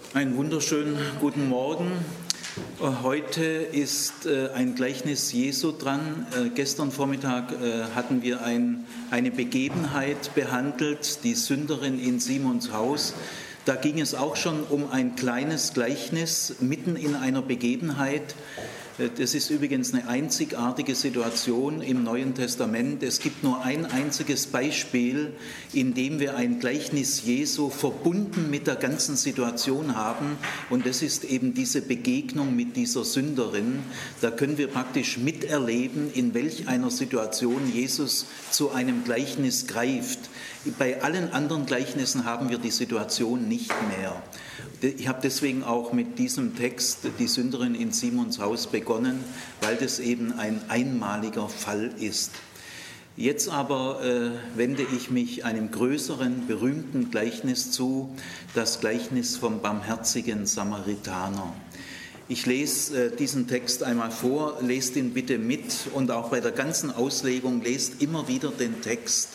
Einen wunderschönen guten Morgen. Heute ist ein Gleichnis Jesu dran. Gestern Vormittag hatten wir eine Begebenheit behandelt, die Sünderin in Simons Haus. Da ging es auch schon um ein kleines Gleichnis mitten in einer Begebenheit. Das ist übrigens eine einzigartige Situation im Neuen Testament. Es gibt nur ein einziges Beispiel, in dem wir ein Gleichnis Jesu verbunden mit der ganzen Situation haben. Und das ist eben diese Begegnung mit dieser Sünderin. Da können wir praktisch miterleben, in welch einer Situation Jesus zu einem Gleichnis greift. Bei allen anderen Gleichnissen haben wir die Situation nicht mehr. Ich habe deswegen auch mit diesem Text, die Sünderin in Simons Haus, begonnen, weil das eben ein einmaliger Fall ist. Jetzt aber wende ich mich einem größeren, berühmten Gleichnis zu, das Gleichnis vom barmherzigen Samaritaner. Ich lese diesen Text einmal vor, lest ihn bitte mit und auch bei der ganzen Auslegung lest immer wieder den Text.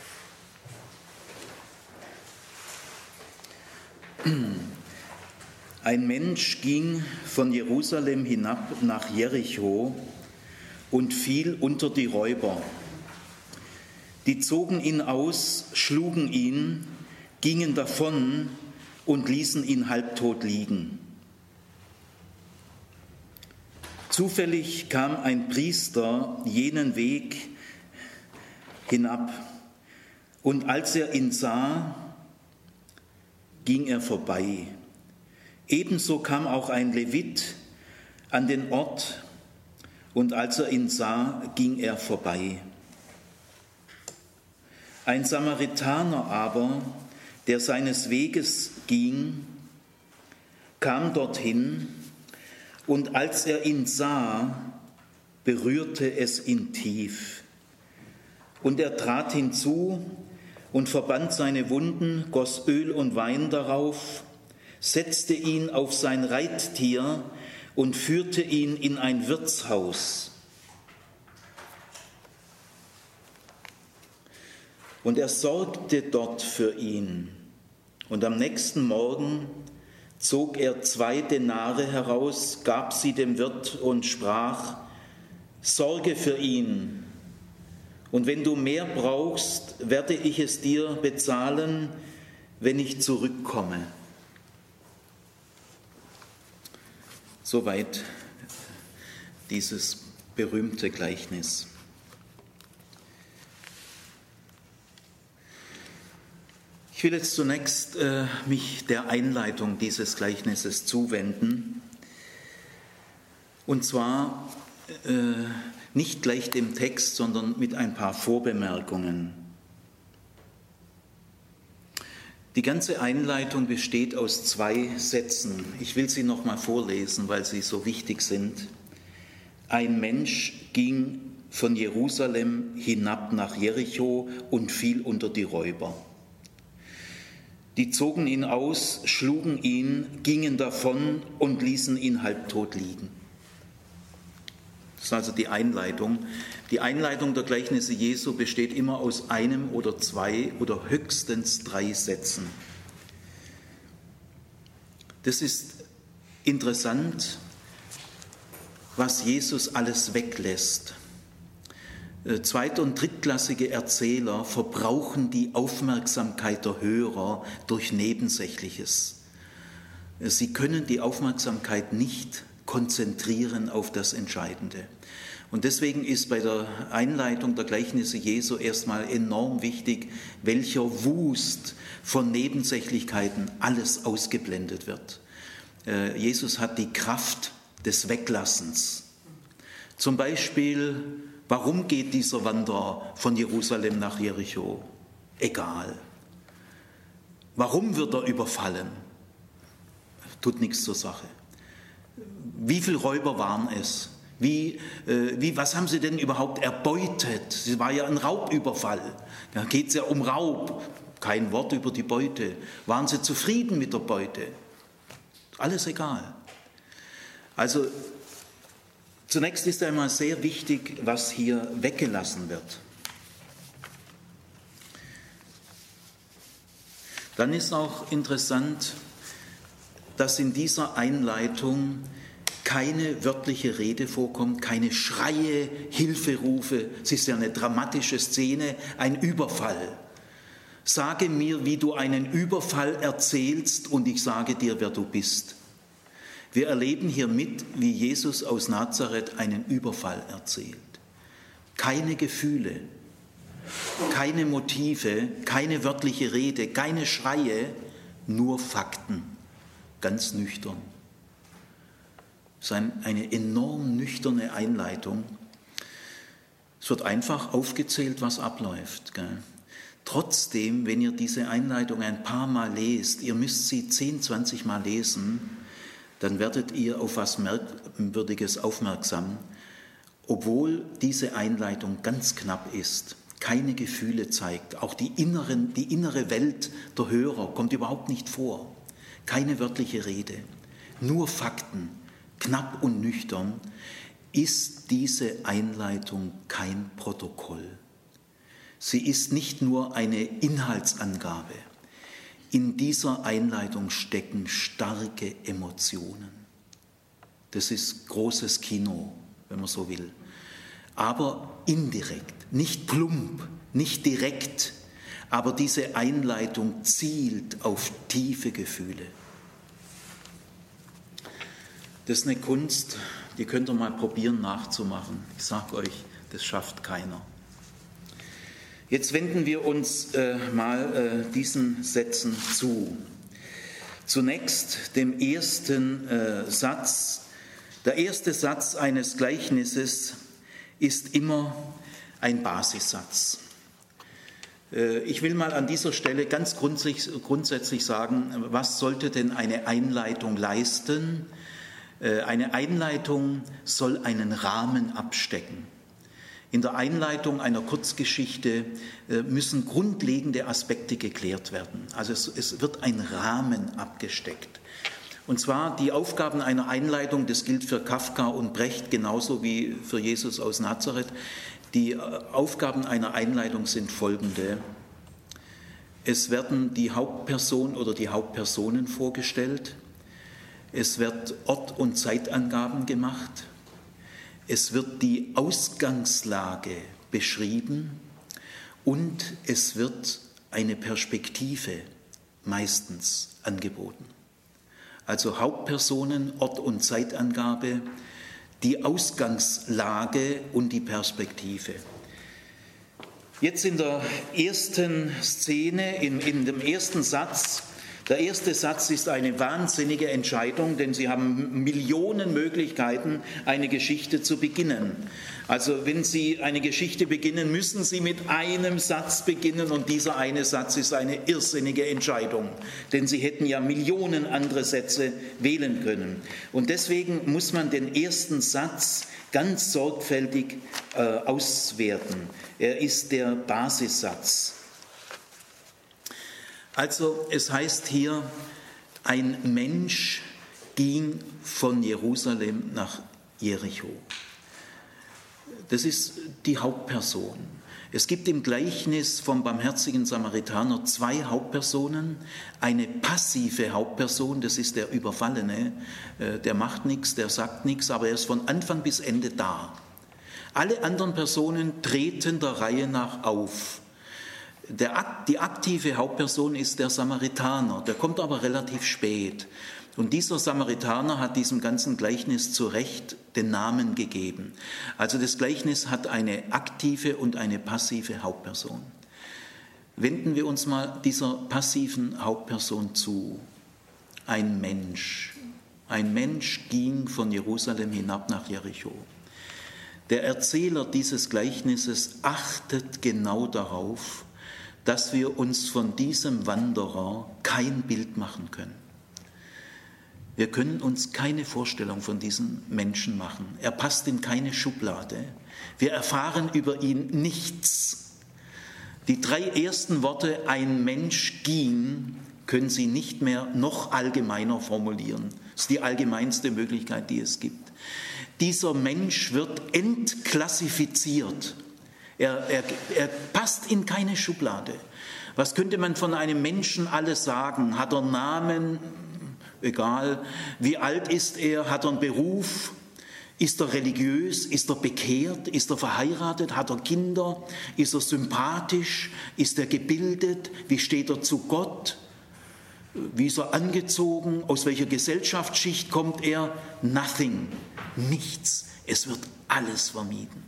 Ein Mensch ging von Jerusalem hinab nach Jericho und fiel unter die Räuber. Die zogen ihn aus, schlugen ihn, gingen davon und ließen ihn halbtot liegen. Zufällig kam ein Priester jenen Weg hinab, und als er ihn sah, ging er vorbei. Ebenso kam auch ein Levit an den Ort, und als er ihn sah, ging er vorbei. Ein Samaritaner aber, der seines Weges ging, kam dorthin, und als er ihn sah, berührte es ihn tief. Und er trat hinzu und verband seine Wunden, goss Öl und Wein darauf, setzte ihn auf sein Reittier und führte ihn in ein Wirtshaus. Und er sorgte dort für ihn. Und am nächsten Morgen zog er 2 Denare heraus, gab sie dem Wirt und sprach: Sorge für ihn, und wenn du mehr brauchst, werde ich es dir bezahlen, wenn ich zurückkomme. Soweit dieses berühmte Gleichnis. Ich will jetzt zunächst mich der Einleitung dieses Gleichnisses zuwenden. Und zwar nicht gleich dem Text, sondern mit ein paar Vorbemerkungen. Die ganze Einleitung besteht aus 2 Sätzen. Ich will sie noch mal vorlesen, weil sie so wichtig sind. Ein Mensch ging von Jerusalem hinab nach Jericho und fiel unter die Räuber. Die zogen ihn aus, schlugen ihn, gingen davon und ließen ihn halbtot liegen. Das ist also die Einleitung. Die Einleitung der Gleichnisse Jesu besteht immer aus einem oder 2 oder höchstens 3 Sätzen. Das ist interessant, was Jesus alles weglässt. 2- und drittklassige Erzähler verbrauchen die Aufmerksamkeit der Hörer durch Nebensächliches. Sie können die Aufmerksamkeit nicht konzentrieren auf das Entscheidende. Und deswegen ist bei der Einleitung der Gleichnisse Jesu erstmal enorm wichtig, welcher Wust von Nebensächlichkeiten alles ausgeblendet wird. Jesus hat die Kraft des Weglassens. Zum Beispiel, warum geht dieser Wanderer von Jerusalem nach Jericho? Egal. Warum wird er überfallen? Tut nichts zur Sache. Wie viele Räuber waren es? Was haben sie denn überhaupt erbeutet? Es war ja ein Raubüberfall. Da geht es ja um Raub. Kein Wort über die Beute. Waren sie zufrieden mit der Beute? Alles egal. Also zunächst ist einmal sehr wichtig, was hier weggelassen wird. Dann ist auch interessant, dass in dieser Einleitung keine wörtliche Rede vorkommt, keine Schreie, Hilferufe. Es ist ja eine dramatische Szene, ein Überfall. Sage mir, wie du einen Überfall erzählst, und ich sage dir, wer du bist. Wir erleben hier mit, wie Jesus aus Nazareth einen Überfall erzählt. Keine Gefühle, keine Motive, keine wörtliche Rede, keine Schreie, nur Fakten, ganz nüchtern. Es ist eine enorm nüchterne Einleitung. Es wird einfach aufgezählt, was abläuft. Gell? Trotzdem, wenn ihr diese Einleitung ein paar Mal lest, ihr müsst sie 10, 20 Mal lesen, dann werdet ihr auf was Merkwürdiges aufmerksam, obwohl diese Einleitung ganz knapp ist, keine Gefühle zeigt, auch die innere Welt der Hörer kommt überhaupt nicht vor, keine wörtliche Rede, nur Fakten, knapp und nüchtern, ist diese Einleitung kein Protokoll. Sie ist nicht nur eine Inhaltsangabe. In dieser Einleitung stecken starke Emotionen. Das ist großes Kino, wenn man so will. Aber indirekt, nicht plump, nicht direkt, aber diese Einleitung zielt auf tiefe Gefühle. Das ist eine Kunst, die könnt ihr mal probieren nachzumachen. Ich sage euch, das schafft keiner. Jetzt wenden wir uns mal diesen Sätzen zu. Zunächst dem ersten Satz. Der erste Satz eines Gleichnisses ist immer ein Basissatz. Ich will mal an dieser Stelle ganz grundsätzlich sagen, was sollte denn eine Einleitung leisten? Eine Einleitung soll einen Rahmen abstecken. In der Einleitung einer Kurzgeschichte müssen grundlegende Aspekte geklärt werden. Also es wird ein Rahmen abgesteckt. Und zwar die Aufgaben einer Einleitung, das gilt für Kafka und Brecht genauso wie für Jesus aus Nazareth. Die Aufgaben einer Einleitung sind folgende. Es werden die Hauptperson oder die Hauptpersonen vorgestellt. Es wird Ort- und Zeitangaben gemacht. Es wird die Ausgangslage beschrieben und es wird eine Perspektive meistens angeboten. Also Hauptpersonen, Ort- und Zeitangabe, die Ausgangslage und die Perspektive. Jetzt in der ersten Szene, in dem ersten Satz. Der erste Satz ist eine wahnsinnige Entscheidung, denn Sie haben Millionen Möglichkeiten, eine Geschichte zu beginnen. Also wenn Sie eine Geschichte beginnen, müssen Sie mit einem Satz beginnen und dieser eine Satz ist eine irrsinnige Entscheidung, denn Sie hätten ja Millionen andere Sätze wählen können. Und deswegen muss man den ersten Satz ganz sorgfältig auswerten. Er ist der Basissatz. Also es heißt hier, ein Mensch ging von Jerusalem nach Jericho. Das ist die Hauptperson. Es gibt im Gleichnis vom barmherzigen Samaritaner zwei Hauptpersonen. Eine passive Hauptperson, das ist der Überfallene, der macht nichts, der sagt nichts, aber er ist von Anfang bis Ende da. Alle anderen Personen treten der Reihe nach auf. Die aktive Hauptperson ist der Samaritaner, der kommt aber relativ spät. Und dieser Samaritaner hat diesem ganzen Gleichnis zu Recht den Namen gegeben. Also das Gleichnis hat eine aktive und eine passive Hauptperson. Wenden wir uns mal dieser passiven Hauptperson zu. Ein Mensch. Ein Mensch ging von Jerusalem hinab nach Jericho. Der Erzähler dieses Gleichnisses achtet genau darauf, dass wir uns von diesem Wanderer kein Bild machen können. Wir können uns keine Vorstellung von diesem Menschen machen. Er passt in keine Schublade. Wir erfahren über ihn nichts. Die drei ersten Worte, ein Mensch ging, können Sie nicht mehr noch allgemeiner formulieren. Das ist die allgemeinste Möglichkeit, die es gibt. Dieser Mensch wird entklassifiziert. Er passt in keine Schublade. Was könnte man von einem Menschen alles sagen? Hat er Namen? egal. Wie alt ist er? Hat er einen Beruf? Ist er religiös? Ist er bekehrt? Ist er verheiratet? Hat er Kinder? Ist er sympathisch? Ist er gebildet? Wie steht er zu Gott? Wie ist er angezogen? Aus welcher Gesellschaftsschicht kommt er? Nothing, nichts. Es wird alles vermieden.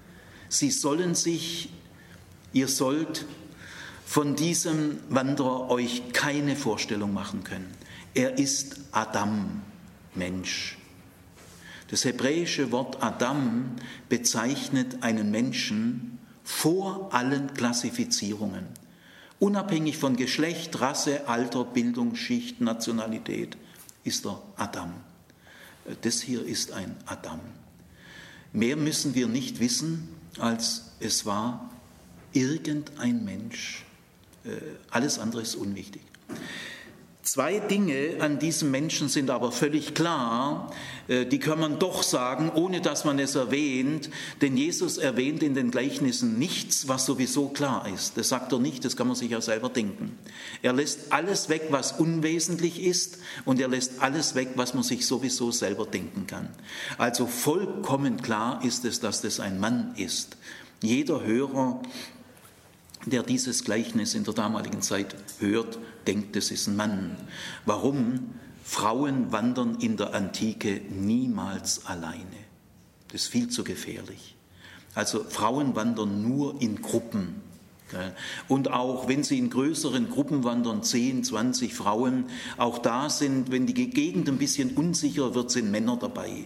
Ihr sollt von diesem Wanderer euch keine Vorstellung machen können. Er ist Adam, Mensch. Das hebräische Wort Adam bezeichnet einen Menschen vor allen Klassifizierungen. Unabhängig von Geschlecht, Rasse, Alter, Bildung, Schicht, Nationalität ist er Adam. Das hier ist ein Adam. Mehr müssen wir nicht wissen, als es war irgendein Mensch. Alles andere ist unwichtig. Zwei Dinge an diesem Menschen sind aber völlig klar, die kann man doch sagen, ohne dass man es erwähnt, denn Jesus erwähnt in den Gleichnissen nichts, was sowieso klar ist. Das sagt er nicht, das kann man sich ja selber denken. Er lässt alles weg, was unwesentlich ist, und er lässt alles weg, was man sich sowieso selber denken kann. Also vollkommen klar ist es, dass das ein Mann ist. Jeder Hörer, der dieses Gleichnis in der damaligen Zeit hört, denkt, es ist ein Mann. Warum? Frauen wandern in der Antike niemals alleine. Das ist viel zu gefährlich. Also Frauen wandern nur in Gruppen. Und auch wenn sie in größeren Gruppen wandern, 10, 20 Frauen, auch da sind, wenn die Gegend ein bisschen unsicher wird, sind Männer dabei.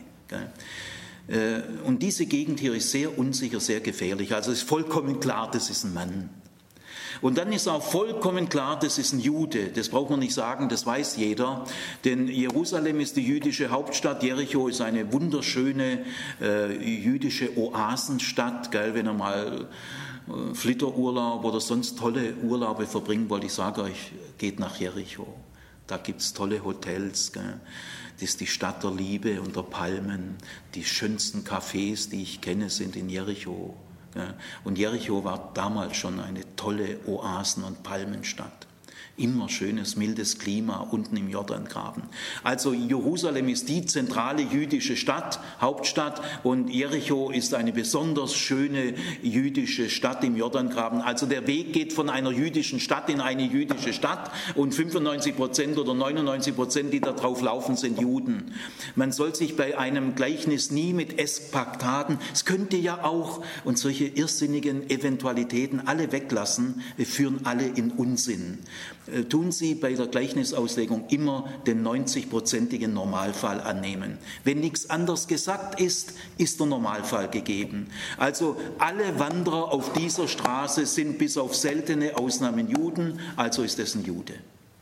Und diese Gegend hier ist sehr unsicher, sehr gefährlich. Also ist vollkommen klar, das ist ein Mann. Und dann ist auch vollkommen klar, das ist ein Jude. Das braucht man nicht sagen, das weiß jeder. Denn Jerusalem ist die jüdische Hauptstadt. Jericho ist eine wunderschöne jüdische Oasenstadt. Gell? Wenn ihr mal Flitterurlaub oder sonst tolle Urlaube verbringen wollt, ich sage euch, geht nach Jericho. Da gibt es tolle Hotels. Gell? Das ist die Stadt der Liebe und der Palmen. Die schönsten Cafés, die ich kenne, sind in Jericho. Und Jericho war damals schon eine tolle Oasen- und Palmenstadt. Immer schönes, mildes Klima unten im Jordangraben. Also Jerusalem ist die zentrale jüdische Stadt, Hauptstadt, und Jericho ist eine besonders schöne jüdische Stadt im Jordangraben. Also der Weg geht von einer jüdischen Stadt in eine jüdische Stadt, und 95% oder 99%, die da drauf laufen, sind Juden. Man soll sich bei einem Gleichnis nie mit Eskaptaden, es könnte ja auch, und solche irrsinnigen Eventualitäten alle weglassen, wir führen alle in Unsinn. Tun Sie bei der Gleichnisauslegung immer den 90-prozentigen Normalfall annehmen. Wenn nichts anderes gesagt ist, ist der Normalfall gegeben. Also alle Wanderer auf dieser Straße sind bis auf seltene Ausnahmen Juden, also ist es ein Jude.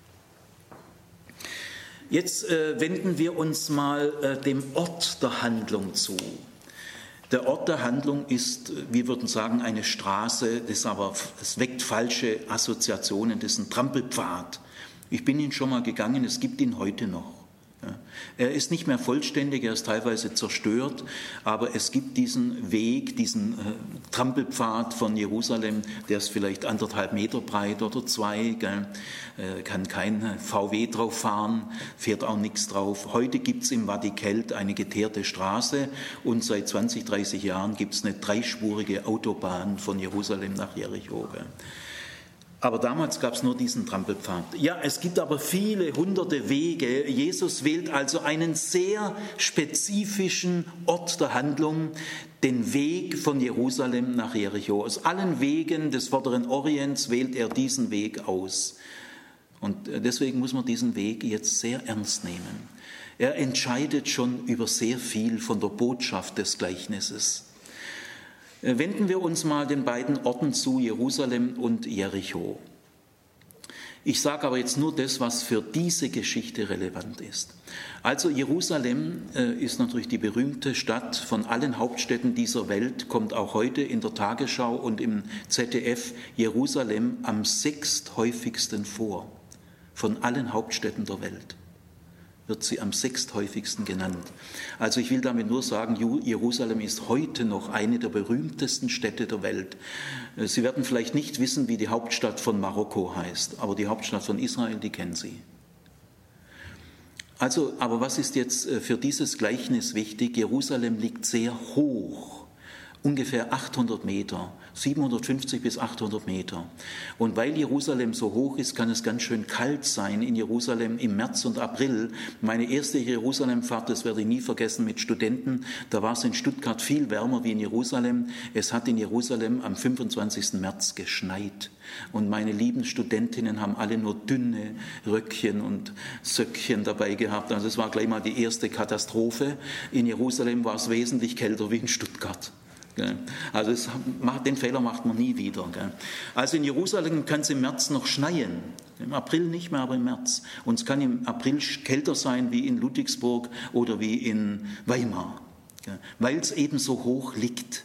Jetzt wenden wir uns mal dem Ort der Handlung zu. Der Ort der Handlung ist, wir würden sagen, eine Straße, es weckt falsche Assoziationen, das ist ein Trampelpfad. Ich bin ihn schon mal gegangen, es gibt ihn heute noch. Er ist nicht mehr vollständig, er ist teilweise zerstört, aber es gibt diesen Weg, diesen Trampelpfad von Jerusalem, der ist vielleicht 1,5 Meter breit oder 2, kann kein VW drauf fahren, fährt auch nichts drauf. Heute gibt es im Wadi Kelt eine geteerte Straße, und seit 20, 30 Jahren gibt es eine 3-spurige Autobahn von Jerusalem nach Jericho. Aber damals gab es nur diesen Trampelpfad. Ja, es gibt aber viele hunderte Wege. Jesus wählt also einen sehr spezifischen Ort der Handlung, den Weg von Jerusalem nach Jericho. Aus allen Wegen des Vorderen Orients wählt er diesen Weg aus. Und deswegen muss man diesen Weg jetzt sehr ernst nehmen. Er entscheidet schon über sehr viel von der Botschaft des Gleichnisses. Wenden wir uns mal den beiden Orten zu, Jerusalem und Jericho. Ich sage aber jetzt nur das, was für diese Geschichte relevant ist. Also Jerusalem ist natürlich die berühmte Stadt von allen Hauptstädten dieser Welt, kommt auch heute in der Tagesschau und im ZDF Jerusalem am 6. häufigsten vor, von allen Hauptstädten der Welt. Wird sie am 6. häufigsten genannt. Also ich will damit nur sagen, Jerusalem ist heute noch eine der berühmtesten Städte der Welt. Sie werden vielleicht nicht wissen, wie die Hauptstadt von Marokko heißt, aber die Hauptstadt von Israel, die kennen Sie. Also, aber was ist jetzt für dieses Gleichnis wichtig? Jerusalem liegt sehr hoch, ungefähr 800 Meter, 750 bis 800 Meter. Und weil Jerusalem so hoch ist, kann es ganz schön kalt sein in Jerusalem im März und April. Meine erste Jerusalemfahrt, das werde ich nie vergessen, mit Studenten, da war es in Stuttgart viel wärmer wie in Jerusalem. Es hat in Jerusalem am 25. März geschneit. Und meine lieben Studentinnen haben alle nur dünne Röckchen und Söckchen dabei gehabt. Also es war gleich mal die erste Katastrophe. In Jerusalem war es wesentlich kälter wie in Stuttgart. Also den Fehler macht man nie wieder. Also in Jerusalem kann es im März noch schneien. Im April nicht mehr, aber im März. Und es kann im April kälter sein wie in Ludwigsburg oder wie in Weimar, weil es eben so hoch liegt.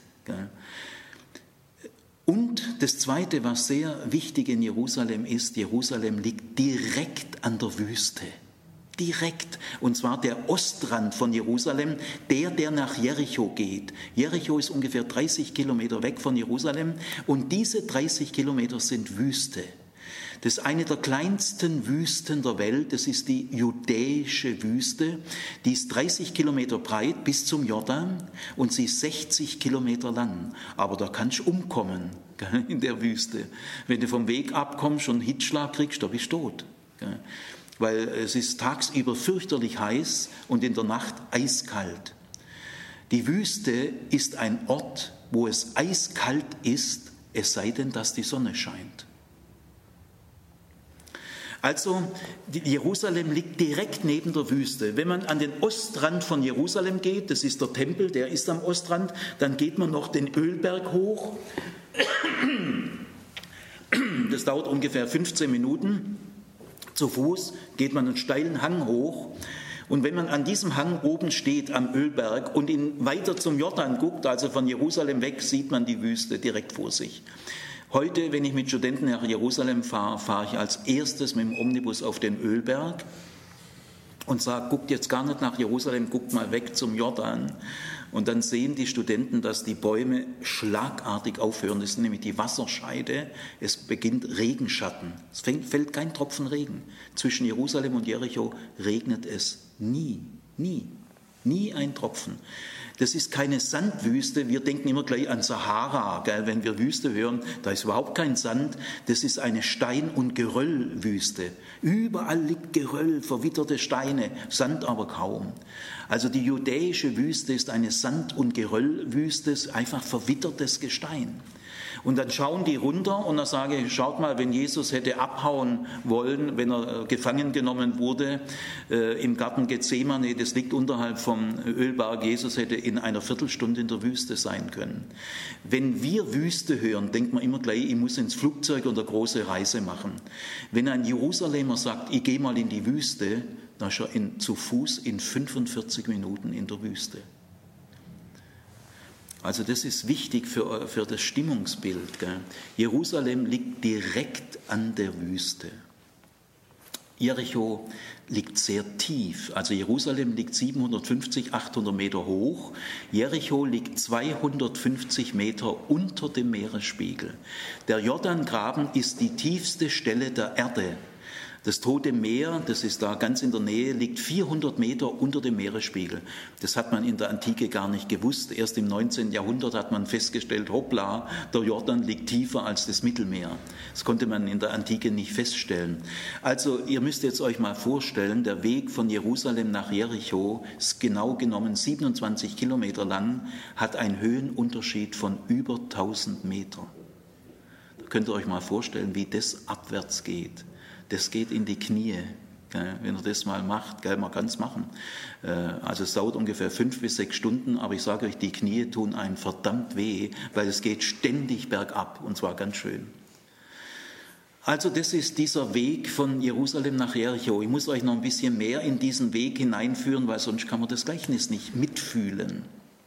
Und das Zweite, was sehr wichtig in Jerusalem ist, Jerusalem liegt direkt an der Wüste. Direkt. Und zwar der Ostrand von Jerusalem, der nach Jericho geht. Jericho ist ungefähr 30 Kilometer weg von Jerusalem und diese 30 Kilometer sind Wüste. Das ist eine der kleinsten Wüsten der Welt, das ist die judäische Wüste. Die ist 30 Kilometer breit bis zum Jordan und sie ist 60 Kilometer lang. Aber da kannst du umkommen in der Wüste. Wenn du vom Weg abkommst und einen Hitzschlag kriegst, da bist du tot. Weil es ist tagsüber fürchterlich heiß und in der Nacht eiskalt. Die Wüste ist ein Ort, wo es eiskalt ist, es sei denn, dass die Sonne scheint. Also Jerusalem liegt direkt neben der Wüste. Wenn man an den Ostrand von Jerusalem geht, das ist der Tempel, der ist am Ostrand, dann geht man noch den Ölberg hoch. Das dauert ungefähr 15 Minuten. Zu Fuß geht man einen steilen Hang hoch. Und wenn man an diesem Hang oben steht am Ölberg und weiter zum Jordan guckt, also von Jerusalem weg, sieht man die Wüste direkt vor sich. Heute, wenn ich mit Studenten nach Jerusalem fahre, fahre ich als erstes mit dem Omnibus auf den Ölberg und sage, guckt jetzt gar nicht nach Jerusalem, guckt mal weg zum Jordan. Und dann sehen die Studenten, dass die Bäume schlagartig aufhören. Das ist nämlich die Wasserscheide. Es beginnt Regenschatten. Es fällt kein Tropfen Regen. Zwischen Jerusalem und Jericho regnet es nie. Nie ein Tropfen. Das ist keine Sandwüste. Wir denken immer gleich an Sahara. Gell? Wenn wir Wüste hören, da ist überhaupt kein Sand. Das ist eine Stein- und Geröllwüste. Überall liegt Geröll, verwitterte Steine, Sand aber kaum. Also die judäische Wüste ist eine Sand- und Geröllwüste, einfach verwittertes Gestein. Und dann schauen die runter und dann sage ich, schaut mal, wenn Jesus hätte abhauen wollen, wenn er gefangen genommen wurde im Garten Gethsemane, das liegt unterhalb vom Ölberg, Jesus hätte in einer Viertelstunde in der Wüste sein können. Wenn wir Wüste hören, denkt man immer gleich, ich muss ins Flugzeug und eine große Reise machen. Wenn ein Jerusalemer sagt, ich gehe mal in die Wüste, dann ist er zu Fuß in 45 Minuten in der Wüste. Also das ist wichtig für das Stimmungsbild. Gell? Jerusalem liegt direkt an der Wüste. Jericho liegt sehr tief. Also Jerusalem liegt 750, 800 Meter hoch. Jericho liegt 250 Meter unter dem Meeresspiegel. Der Jordangraben ist die tiefste Stelle der Erde. Das Tote Meer, das ist da ganz in der Nähe, liegt 400 Meter unter dem Meeresspiegel. Das hat man in der Antike gar nicht gewusst. Erst im 19. Jahrhundert hat man festgestellt, hoppla, der Jordan liegt tiefer als das Mittelmeer. Das konnte man in der Antike nicht feststellen. Also ihr müsst jetzt euch mal vorstellen, der Weg von Jerusalem nach Jericho ist genau genommen 27 Kilometer lang, hat einen Höhenunterschied von über 1000 Meter. Da könnt ihr euch mal vorstellen, wie das abwärts geht. Das geht in die Knie, wenn ihr das mal macht. Man kann es machen. Also es dauert ungefähr 5 bis 6 Stunden, aber ich sage euch, die Knie tun einem verdammt weh, weil es geht ständig bergab und zwar ganz schön. Also das ist dieser Weg von Jerusalem nach Jericho. Ich muss euch noch ein bisschen mehr in diesen Weg hineinführen, weil sonst kann man das Gleichnis nicht mitfühlen.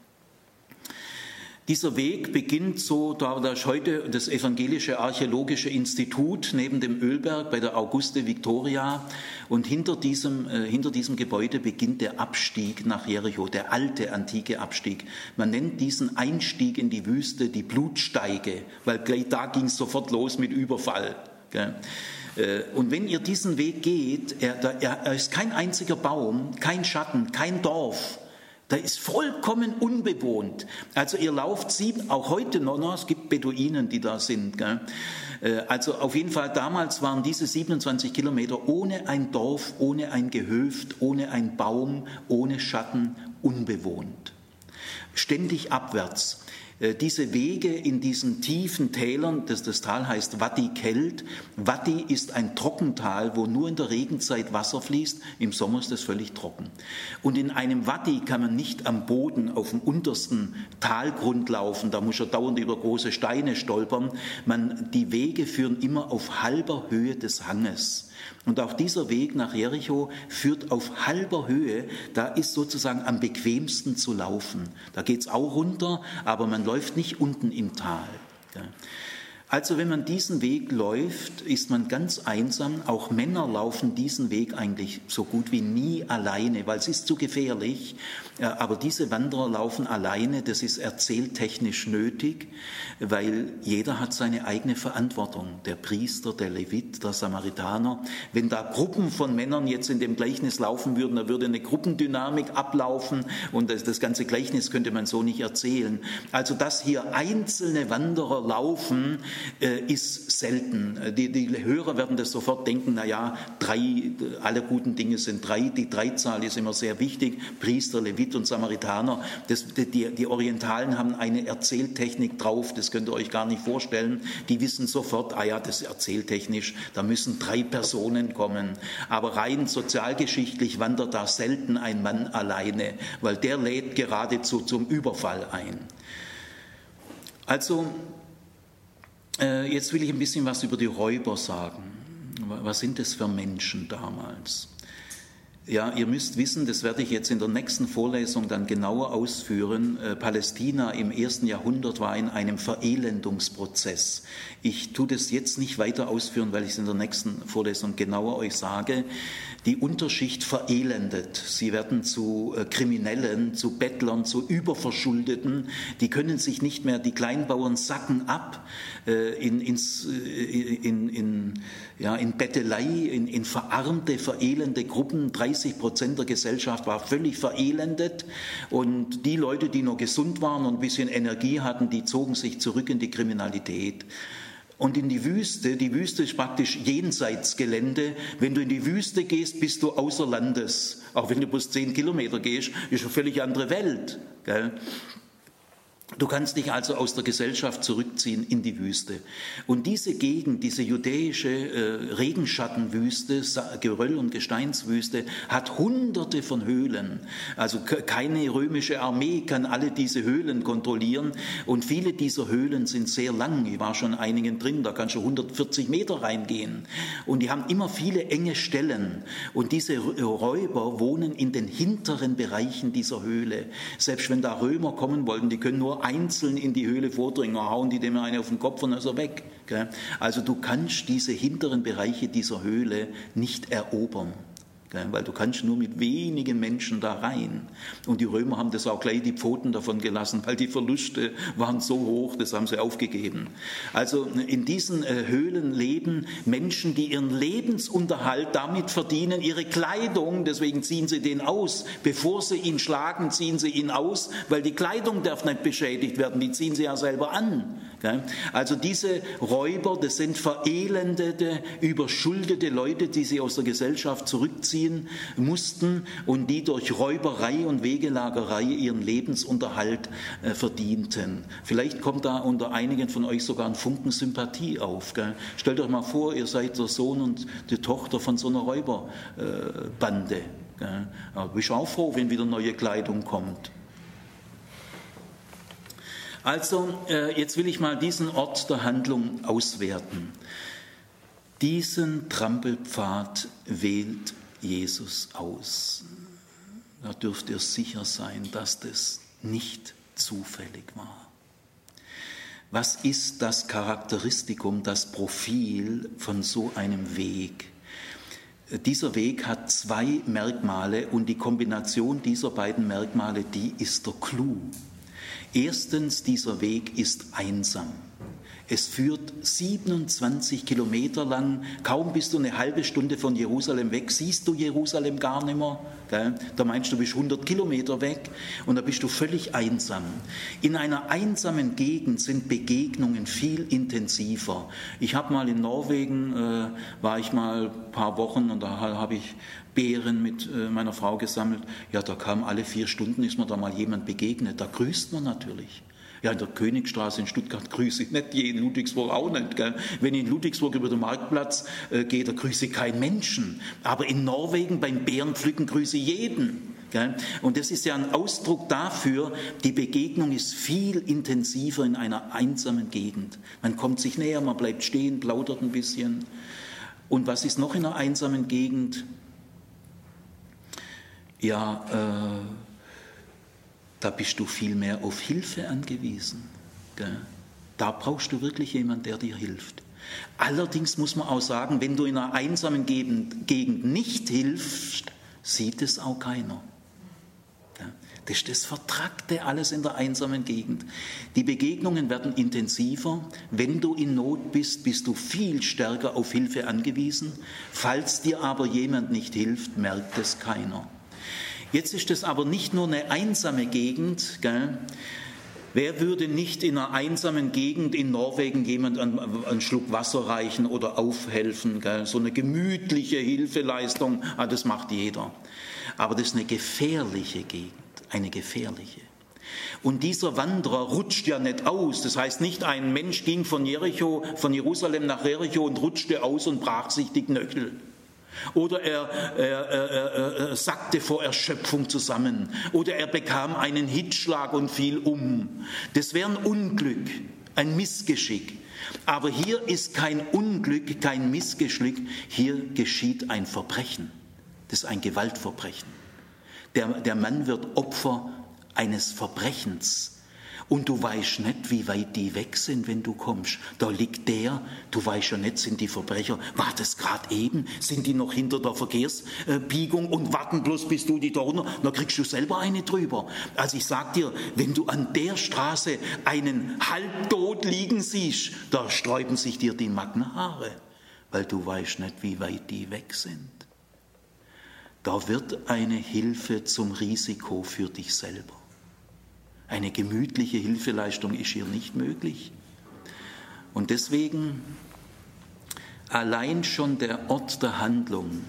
Dieser Weg beginnt so, da ist heute das Evangelische Archäologische Institut neben dem Ölberg bei der Auguste Victoria und hinter diesem Gebäude beginnt der Abstieg nach Jericho, der alte, antike Abstieg. Man nennt diesen Einstieg in die Wüste die Blutsteige, weil gleich da ging es sofort los mit Überfall. Und wenn ihr diesen Weg geht, er ist kein einziger Baum, kein Schatten, kein Dorf. Da ist vollkommen unbewohnt. Also ihr lauft auch heute noch, es gibt Beduinen, die da sind. Gell? Also auf jeden Fall, damals waren diese 27 Kilometer ohne ein Dorf, ohne ein Gehöft, ohne ein Baum, ohne Schatten, unbewohnt. Ständig abwärts. Diese Wege in diesen tiefen Tälern, das Tal heißt Wadi Kelt. Wadi ist ein Trockental, wo nur in der Regenzeit Wasser fließt, im Sommer ist es völlig trocken. Und in einem Wadi kann man nicht am Boden auf dem untersten Talgrund laufen, da muss man dauernd über große Steine stolpern. Die Wege führen immer auf halber Höhe des Hanges. Und auch dieser Weg nach Jericho führt auf halber Höhe, da ist sozusagen am bequemsten zu laufen. Da geht es auch runter, aber man läuft nicht unten im Tal. Also wenn man diesen Weg läuft, ist man ganz einsam. Auch Männer laufen diesen Weg eigentlich so gut wie nie alleine, weil es ist zu gefährlich. Aber diese Wanderer laufen alleine, das ist erzähltechnisch nötig, weil jeder hat seine eigene Verantwortung. Der Priester, der Levit, der Samaritaner. Wenn da Gruppen von Männern jetzt in dem Gleichnis laufen würden, da würde eine Gruppendynamik ablaufen und das ganze Gleichnis könnte man so nicht erzählen. Also dass hier einzelne Wanderer laufen, ist selten. Die Hörer werden das sofort denken, naja, alle guten Dinge sind drei, die Dreizahl ist immer sehr wichtig, Priester, Levit und Samaritaner. Die Orientalen haben eine Erzähltechnik drauf, das könnt ihr euch gar nicht vorstellen. Die wissen sofort, das ist erzähltechnisch, da müssen 3 Personen kommen. Aber rein sozialgeschichtlich wandert da selten ein Mann alleine, weil der lädt geradezu zum Überfall ein. Also, jetzt will ich ein bisschen was über die Räuber sagen. Was sind das für Menschen damals? Ja, ihr müsst wissen, das werde ich jetzt in der nächsten Vorlesung dann genauer ausführen. Palästina im 1. Jahrhundert war in einem Verelendungsprozess. Ich tue das jetzt nicht weiter ausführen, weil ich es in der nächsten Vorlesung genauer euch sage. Die Unterschicht verelendet. Sie werden zu Kriminellen, zu Bettlern, zu Überverschuldeten. Die können sich nicht mehr, die Kleinbauern sacken ab in Bettelei, in verarmte, verelende Gruppen. 30% der Gesellschaft war völlig verelendet und die Leute, die noch gesund waren und ein bisschen Energie hatten, die zogen sich zurück in die Kriminalität. Und in die Wüste ist praktisch Jenseitsgelände. Wenn du in die Wüste gehst, bist du außer Landes. Auch wenn du bloß 10 Kilometer gehst, ist eine völlig andere Welt. Gell? Du kannst dich also aus der Gesellschaft zurückziehen in die Wüste. Und diese Gegend, diese judäische Regenschattenwüste, Geröll- und Gesteinswüste, hat Hunderte von Höhlen. Also keine römische Armee kann alle diese Höhlen kontrollieren. Und viele dieser Höhlen sind sehr lang. Ich war schon einigen drin, da kannst du 140 Meter reingehen. Und die haben immer viele enge Stellen. Und diese Räuber wohnen in den hinteren Bereichen dieser Höhle. Selbst wenn da Römer kommen wollten, die können nur einzeln in die Höhle vordringen, hauen die dem eine auf den Kopf und dann ist er weg. Also du kannst diese hinteren Bereiche dieser Höhle nicht erobern. Weil du kannst nur mit wenigen Menschen da rein. Und die Römer haben das auch gleich die Pfoten davon gelassen, weil die Verluste waren so hoch, das haben sie aufgegeben. Also in diesen Höhlen leben Menschen, die ihren Lebensunterhalt damit verdienen, ihre Kleidung, deswegen ziehen sie den aus. Bevor sie ihn schlagen, ziehen sie ihn aus, weil die Kleidung darf nicht beschädigt werden, die ziehen sie ja selber an. Also diese Räuber, das sind verelendete, überschuldete Leute, die sie aus der Gesellschaft zurückziehen mussten und die durch Räuberei und Wegelagerei ihren Lebensunterhalt verdienten. Vielleicht kommt da unter einigen von euch sogar ein Funken Sympathie auf. Stellt euch mal vor, ihr seid der Sohn und die Tochter von so einer Räuberbande. Aber ich bin auch froh, wenn wieder neue Kleidung kommt. Also, jetzt will ich mal diesen Ort der Handlung auswerten. Diesen Trampelpfad wählt Jesus aus. Da dürft ihr sicher sein, dass das nicht zufällig war. Was ist das Charakteristikum, das Profil von so einem Weg? Dieser Weg hat 2 Merkmale und die Kombination dieser beiden Merkmale, die ist der Clou. Erstens, dieser Weg ist einsam. Es führt 27 Kilometer lang, kaum bist du eine halbe Stunde von Jerusalem weg, siehst du Jerusalem gar nicht mehr. Gell? Da meinst du, du bist 100 Kilometer weg und da bist du völlig einsam. In einer einsamen Gegend sind Begegnungen viel intensiver. Ich habe mal in Norwegen, war ich mal ein paar Wochen und da habe ich Beeren mit meiner Frau gesammelt. Ja, da kam alle 4 Stunden, ist mir da mal jemand begegnet. Da grüßt man natürlich. Ja, in der Königstraße in Stuttgart grüße ich nicht, in Ludwigsburg auch nicht. Gell? Wenn ich in Ludwigsburg über den Marktplatz gehe, da grüße ich keinen Menschen. Aber in Norwegen beim Beerenpflücken grüße ich jeden. Gell? Und das ist ja ein Ausdruck dafür, die Begegnung ist viel intensiver in einer einsamen Gegend. Man kommt sich näher, man bleibt stehen, plaudert ein bisschen. Und was ist noch in einer einsamen Gegend? Ja, da bist du viel mehr auf Hilfe angewiesen. Gell? Da brauchst du wirklich jemanden, der dir hilft. Allerdings muss man auch sagen, wenn du in einer einsamen Gegend nicht hilfst, sieht es auch keiner. Gell? Das ist das Vertrackte alles in der einsamen Gegend. Die Begegnungen werden intensiver. Wenn du in Not bist, bist du viel stärker auf Hilfe angewiesen. Falls dir aber jemand nicht hilft, merkt es keiner. Jetzt ist es aber nicht nur eine einsame Gegend. Gell? Wer würde nicht in einer einsamen Gegend in Norwegen jemand einen Schluck Wasser reichen oder aufhelfen? Gell? So eine gemütliche Hilfeleistung, das macht jeder. Aber das ist eine gefährliche Gegend, eine gefährliche. Und dieser Wanderer rutscht ja nicht aus. Das heißt nicht, ein Mensch ging von Jerusalem nach Jericho und rutschte aus und brach sich die Knöchel. Oder er sackte vor Erschöpfung zusammen. Oder er bekam einen Hitzschlag und fiel um. Das wäre ein Unglück, ein Missgeschick. Aber hier ist kein Unglück, kein Missgeschick. Hier geschieht ein Verbrechen. Das ist ein Gewaltverbrechen. Der Mann wird Opfer eines Verbrechens. Und du weißt nicht, wie weit die weg sind, wenn du kommst. Da liegt der, du weißt ja nicht, sind die Verbrecher, war das gerade eben? Sind die noch hinter der Verkehrsbiegung und warten bloß, bis du die da runter, dann kriegst du selber eine drüber. Also ich sag dir, wenn du an der Straße einen halbtot liegen siehst, da sträuben sich dir die Nackenhaare, weil du weißt nicht, wie weit die weg sind. Da wird eine Hilfe zum Risiko für dich selber. Eine gemütliche Hilfeleistung ist hier nicht möglich. Und deswegen allein schon der Ort der Handlung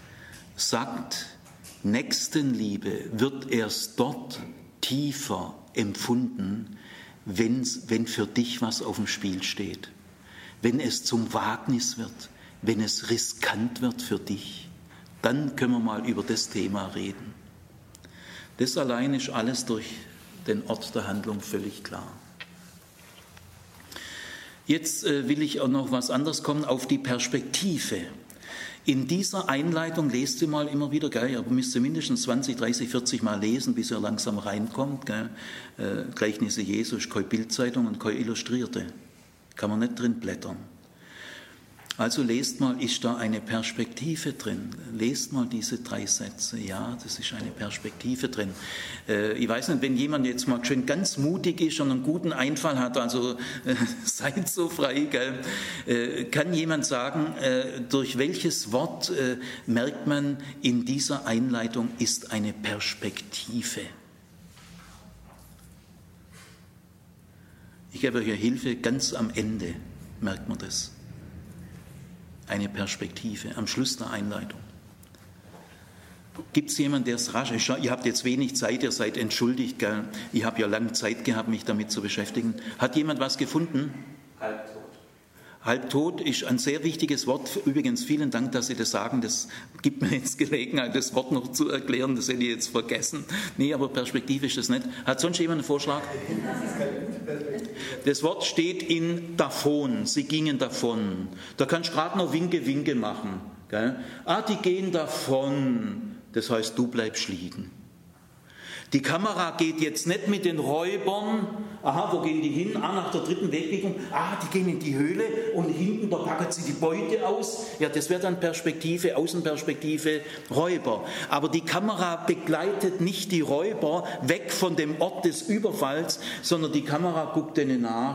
sagt, Nächstenliebe wird erst dort tiefer empfunden, wenn für dich was auf dem Spiel steht. Wenn es zum Wagnis wird, wenn es riskant wird für dich, dann können wir mal über das Thema reden. Das allein ist alles durch den Ort der Handlung völlig klar. Jetzt will ich auch noch was anderes kommen, auf die Perspektive. In dieser Einleitung lest ihr mal immer wieder, gell, ihr müsst mindestens 20, 30, 40 Mal lesen, bis ihr langsam reinkommt. Gell. Gleichnisse Jesu ist keine Bildzeitung und keine Illustrierte. Kann man nicht drin blättern. Also lest mal, ist da eine Perspektive drin? Lest mal diese 3 Sätze. Ja, das ist eine Perspektive drin. Ich weiß nicht, wenn jemand jetzt mal schön ganz mutig ist und einen guten Einfall hat, also seid so frei, gell? Kann jemand sagen, durch welches Wort merkt man, in dieser Einleitung ist eine Perspektive? Ich gebe euch Hilfe, ganz am Ende merkt man das. Eine Perspektive am Schluss der Einleitung. Gibt es jemanden, der es rasch ist? Ihr habt jetzt wenig Zeit, ihr seid entschuldigt. Gell? Ich habe ja lange Zeit gehabt, mich damit zu beschäftigen. Hat jemand was gefunden? Halbtot. Halbtot ist ein sehr wichtiges Wort. Übrigens, vielen Dank, dass Sie das sagen. Das gibt mir jetzt Gelegenheit, das Wort noch zu erklären. Das hätte ich jetzt vergessen. Nee, aber Perspektive ist das nicht. Hat sonst jemand einen Vorschlag? Das Wort steht in davon. Sie gingen davon. Da kannst du gerade noch Winke machen. Gell? Die gehen davon. Das heißt, du bleibst liegen. Die Kamera geht jetzt nicht mit den Räubern, wo gehen die hin? Nach der dritten Wegbiegung, die gehen in die Höhle und hinten, da packen sie die Beute aus. Ja, das wäre dann Perspektive, Außenperspektive, Räuber. Aber die Kamera begleitet nicht die Räuber weg von dem Ort des Überfalls, sondern die Kamera guckt denen nach,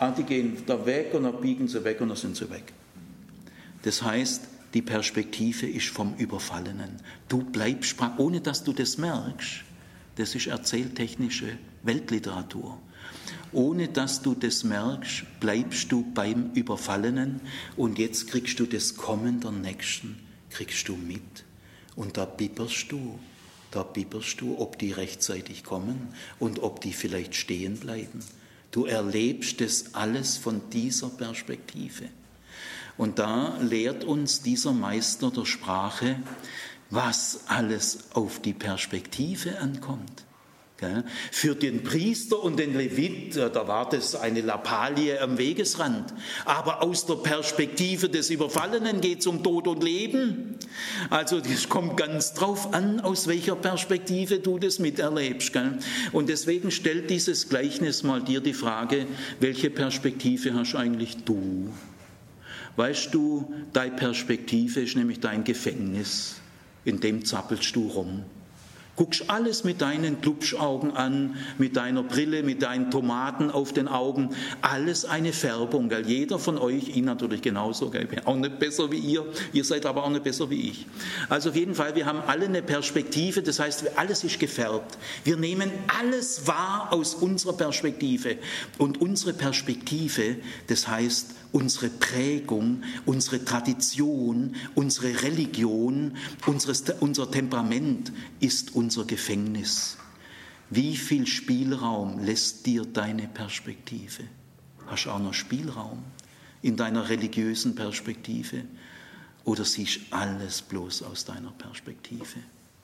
Die gehen da weg und dann biegen sie weg und dann sind sie weg. Das heißt, die Perspektive ist vom Überfallenen. Du bleibst, ohne dass du das merkst, das ist erzähltechnische Weltliteratur. Ohne dass du das merkst, bleibst du beim Überfallenen und jetzt kriegst du das Kommen der Nächsten, kriegst du mit. Und da bibberst du, ob die rechtzeitig kommen und ob die vielleicht stehen bleiben. Du erlebst das alles von dieser Perspektive. Und da lehrt uns dieser Meister der Sprache, was alles auf die Perspektive ankommt. Für den Priester und den Levit, da war das eine Lappalie am Wegesrand. Aber aus der Perspektive des Überfallenen geht es um Tod und Leben. Also es kommt ganz drauf an, aus welcher Perspektive du das miterlebst. Und deswegen stellt dieses Gleichnis mal dir die Frage, welche Perspektive hast eigentlich du? Weißt du, deine Perspektive ist nämlich dein Gefängnis, in dem zappelst du rum. Guckst alles mit deinen Glubschaugen an, mit deiner Brille, mit deinen Tomaten auf den Augen. Alles eine Färbung, gell? Jeder von euch, ich natürlich genauso, gell? Ich bin auch nicht besser wie ihr seid aber auch nicht besser wie ich. Also auf jeden Fall, wir haben alle eine Perspektive, das heißt, alles ist gefärbt. Wir nehmen alles wahr aus unserer Perspektive. Und unsere Perspektive, das heißt, unsere Prägung, unsere Tradition, unsere Religion, unser Temperament ist unser Gefängnis. Wie viel Spielraum lässt dir deine Perspektive? Hast du auch noch Spielraum in deiner religiösen Perspektive? Oder siehst du alles bloß aus deiner Perspektive?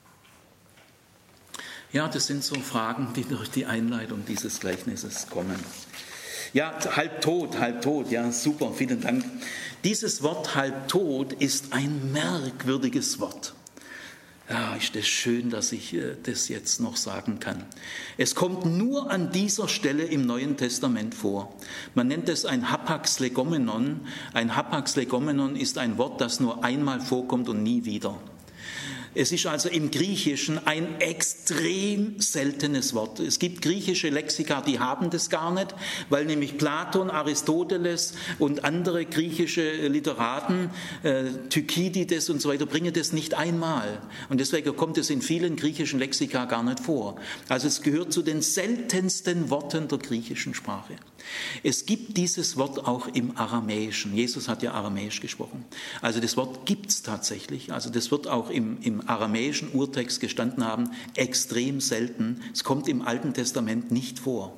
Ja, das sind so Fragen, die durch die Einleitung dieses Gleichnisses kommen. Ja, halb tot, ja, super, vielen Dank. Dieses Wort halb tot ist ein merkwürdiges Wort. Ja, ist das schön, dass ich das jetzt noch sagen kann. Es kommt nur an dieser Stelle im Neuen Testament vor. Man nennt es ein Hapax legomenon. Ein Hapax legomenon ist ein Wort, das nur einmal vorkommt und nie wieder. Es ist also im Griechischen ein extrem seltenes Wort. Es gibt griechische Lexika, die haben das gar nicht, weil nämlich Platon, Aristoteles und andere griechische Literaten, Thukydides und so weiter, bringen das nicht einmal. Und deswegen kommt es in vielen griechischen Lexika gar nicht vor. Also es gehört zu den seltensten Worten der griechischen Sprache. Es gibt dieses Wort auch im Aramäischen. Jesus hat ja Aramäisch gesprochen. Also das Wort gibt es tatsächlich. Also das wird auch im aramäischen Urtext gestanden haben, extrem selten. Es kommt im Alten Testament nicht vor.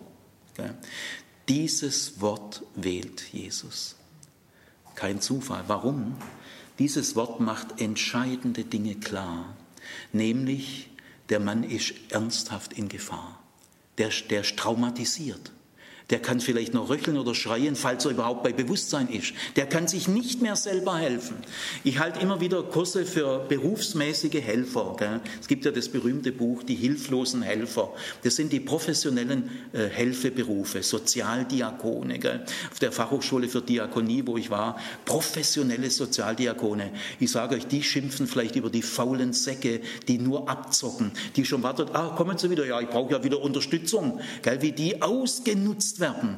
Dieses Wort wählt Jesus. Kein Zufall. Warum? Dieses Wort macht entscheidende Dinge klar. Nämlich, der Mann ist ernsthaft in Gefahr. Der ist traumatisiert. Der kann vielleicht noch röcheln oder schreien, falls er überhaupt bei Bewusstsein ist. Der kann sich nicht mehr selber helfen. Ich halte immer wieder Kurse für berufsmäßige Helfer. Gell? Es gibt ja das berühmte Buch, Die hilflosen Helfer. Das sind die professionellen Helferberufe, Sozialdiakone. Gell? Auf der Fachhochschule für Diakonie, wo ich war, professionelle Sozialdiakone. Ich sage euch, die schimpfen vielleicht über die faulen Säcke, die nur abzocken, die schon warten, kommen Sie wieder, ja, ich brauche ja wieder Unterstützung. Gell? Wie die ausgenutzt werden.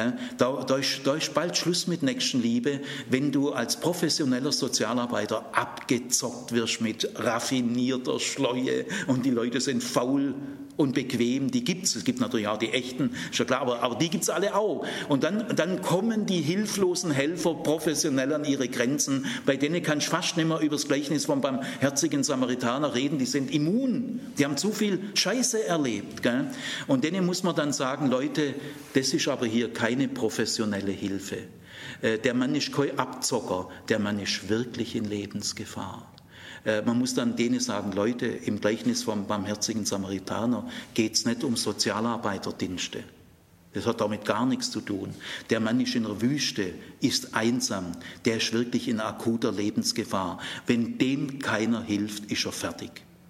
Da ist bald Schluss mit Nächstenliebe, wenn du als professioneller Sozialarbeiter abgezockt wirst mit raffinierter Schleue und die Leute sind faul und bequem, die gibt's. Es gibt natürlich auch die echten, ist ja klar, aber die gibt's alle auch. Und dann kommen die hilflosen Helfer professionell an ihre Grenzen. Bei denen kannst du fast nicht mehr über das Gleichnis vom barmherzigen Samaritaner reden. Die sind immun. Die haben zu viel Scheiße erlebt. Gell? Und denen muss man dann sagen, Leute, das ist aber hier keine professionelle Hilfe. Der Mann ist kein Abzocker. Der Mann ist wirklich in Lebensgefahr. Man muss dann denen sagen, Leute, im Gleichnis vom barmherzigen Samaritaner geht es nicht um Sozialarbeiterdienste. Das hat damit gar nichts zu tun. Der Mann ist in der Wüste, ist einsam, der ist wirklich in akuter Lebensgefahr. Wenn dem keiner hilft, ist er fertig.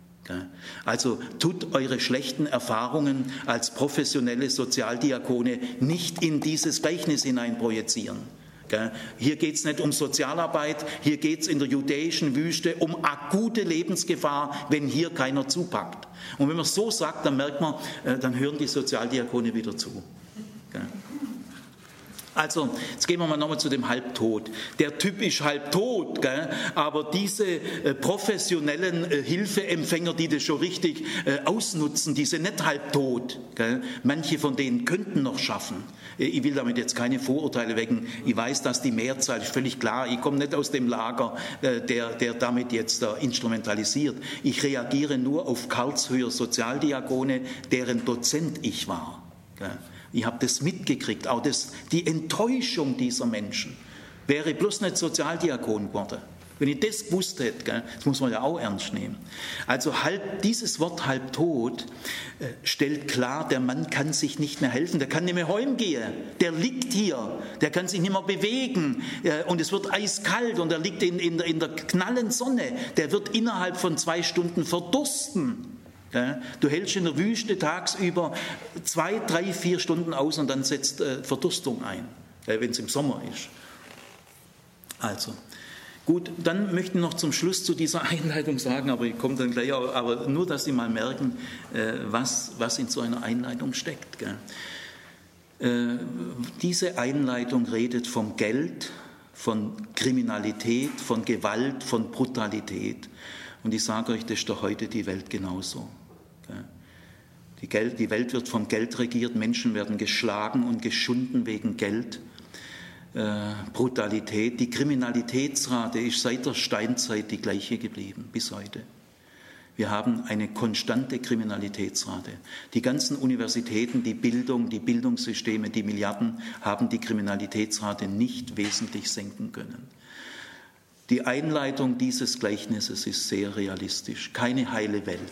Also tut eure schlechten Erfahrungen als professionelle Sozialdiakone nicht in dieses Gleichnis hineinprojizieren. Hier geht es nicht um Sozialarbeit, hier geht es in der judäischen Wüste um akute Lebensgefahr, wenn hier keiner zupackt. Und wenn man so sagt, dann merkt man, dann hören die Sozialdiakone wieder zu. Also, jetzt gehen wir mal nochmal zu dem Halbtod. Der Typ ist halbtot, gell? Aber diese professionellen Hilfeempfänger, die das schon richtig ausnutzen, die sind nicht halbtot. Gell? Manche von denen könnten noch schaffen. Ich will damit jetzt keine Vorurteile wecken. Ich weiß, dass die Mehrzahl ist völlig klar. Ich komme nicht aus dem Lager, der damit jetzt instrumentalisiert. Ich reagiere nur auf Karlshöher Sozialdiakone, deren Dozent ich war. Gell? Ich habe das mitgekriegt, auch die Enttäuschung dieser Menschen. Wäre bloß nicht Sozialdiakon geworden. Wenn ich das gewusst hätte, gell, das muss man ja auch ernst nehmen. Also dieses Wort halbtot stellt klar, der Mann kann sich nicht mehr helfen, der kann nicht mehr heimgehen, der liegt hier, der kann sich nicht mehr bewegen und es wird eiskalt und er liegt in der knallen Sonne, der wird innerhalb von 2 Stunden verdursten. Du hältst in der Wüste tagsüber 2, 3, 4 Stunden aus und dann setzt Verdurstung ein, wenn es im Sommer ist. Also, gut, dann möchte ich noch zum Schluss zu dieser Einleitung sagen, aber ich komme dann gleich, aber nur, dass Sie mal merken, was in so einer Einleitung steckt. Diese Einleitung redet vom Geld, von Kriminalität, von Gewalt, von Brutalität. Und ich sage euch, das ist doch heute die Welt genauso. Die Welt wird vom Geld regiert, Menschen werden geschlagen und geschunden wegen Geld. Brutalität, die Kriminalitätsrate ist seit der Steinzeit die gleiche geblieben, bis heute. Wir haben eine konstante Kriminalitätsrate. Die ganzen Universitäten, die Bildung, die Bildungssysteme, die Milliarden haben die Kriminalitätsrate nicht wesentlich senken können. Die Einleitung dieses Gleichnisses ist sehr realistisch. Keine heile Welt.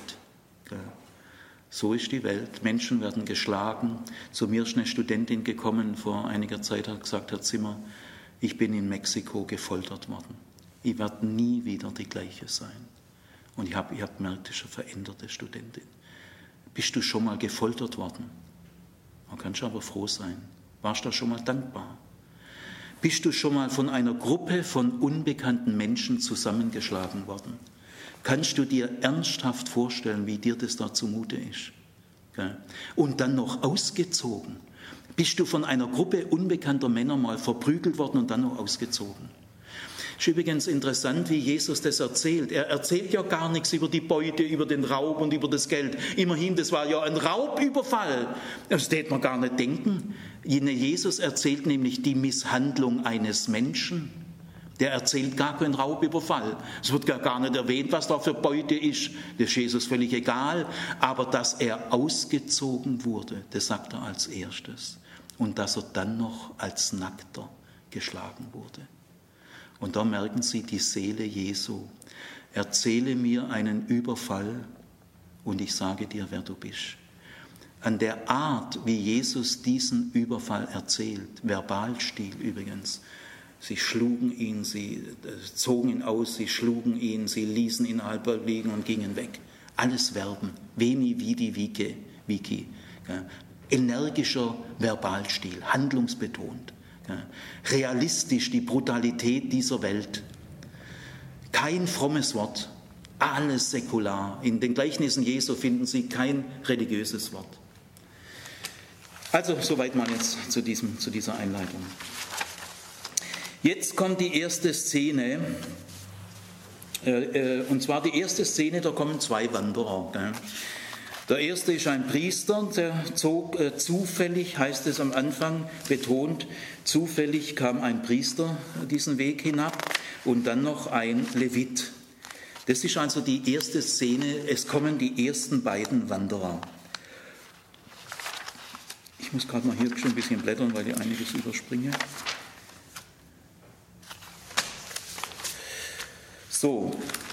So ist die Welt. Menschen werden geschlagen. Zu mir ist eine Studentin gekommen vor einiger Zeit, hat gesagt, Herr Zimmer, ich bin in Mexiko gefoltert worden. Ich werde nie wieder die gleiche sein. Und ich habe gemerkt, das ist eine veränderte Studentin. Bist du schon mal gefoltert worden? Man kann schon aber froh sein. Warst du schon mal dankbar? Bist du schon mal von einer Gruppe von unbekannten Menschen zusammengeschlagen worden? Kannst du dir ernsthaft vorstellen, wie dir das da zumute ist? Und dann noch ausgezogen. Bist du von einer Gruppe unbekannter Männer mal verprügelt worden und dann noch ausgezogen? Ist übrigens interessant, wie Jesus das erzählt. Er erzählt ja gar nichts über die Beute, über den Raub und über das Geld. Immerhin, das war ja ein Raubüberfall. Das hätte man gar nicht denken. Jesus erzählt nämlich die Misshandlung eines Menschen. Der erzählt gar keinen Raubüberfall. Es wird gar nicht erwähnt, was da für Beute ist. Das ist Jesus völlig egal. Aber dass er ausgezogen wurde, das sagt er als erstes. Und dass er dann noch als Nackter geschlagen wurde. Und da merken Sie die Seele Jesu. Erzähle mir einen Überfall und ich sage dir, wer du bist. An der Art, wie Jesus diesen Überfall erzählt, Verbalstil übrigens, sie schlugen ihn, sie zogen ihn aus, sie schlugen ihn, sie ließen ihn halb liegen und gingen weg. Alles Verben, veni, vidi, vici. Energischer Verbalstil, handlungsbetont. Realistisch die Brutalität dieser Welt. Kein frommes Wort, alles säkular. In den Gleichnissen Jesu finden Sie kein religiöses Wort. Also soweit mal jetzt zu dieser Einleitung. Jetzt kommt die erste Szene, und zwar die erste Szene, da kommen 2 Wanderer. Der erste ist ein Priester, der zog zufällig, heißt es am Anfang, betont, zufällig kam ein Priester diesen Weg hinab und dann noch ein Levit. Das ist also die erste Szene, es kommen die ersten beiden Wanderer. Ich muss gerade mal hier schon ein bisschen blättern, weil ich einiges überspringe. So,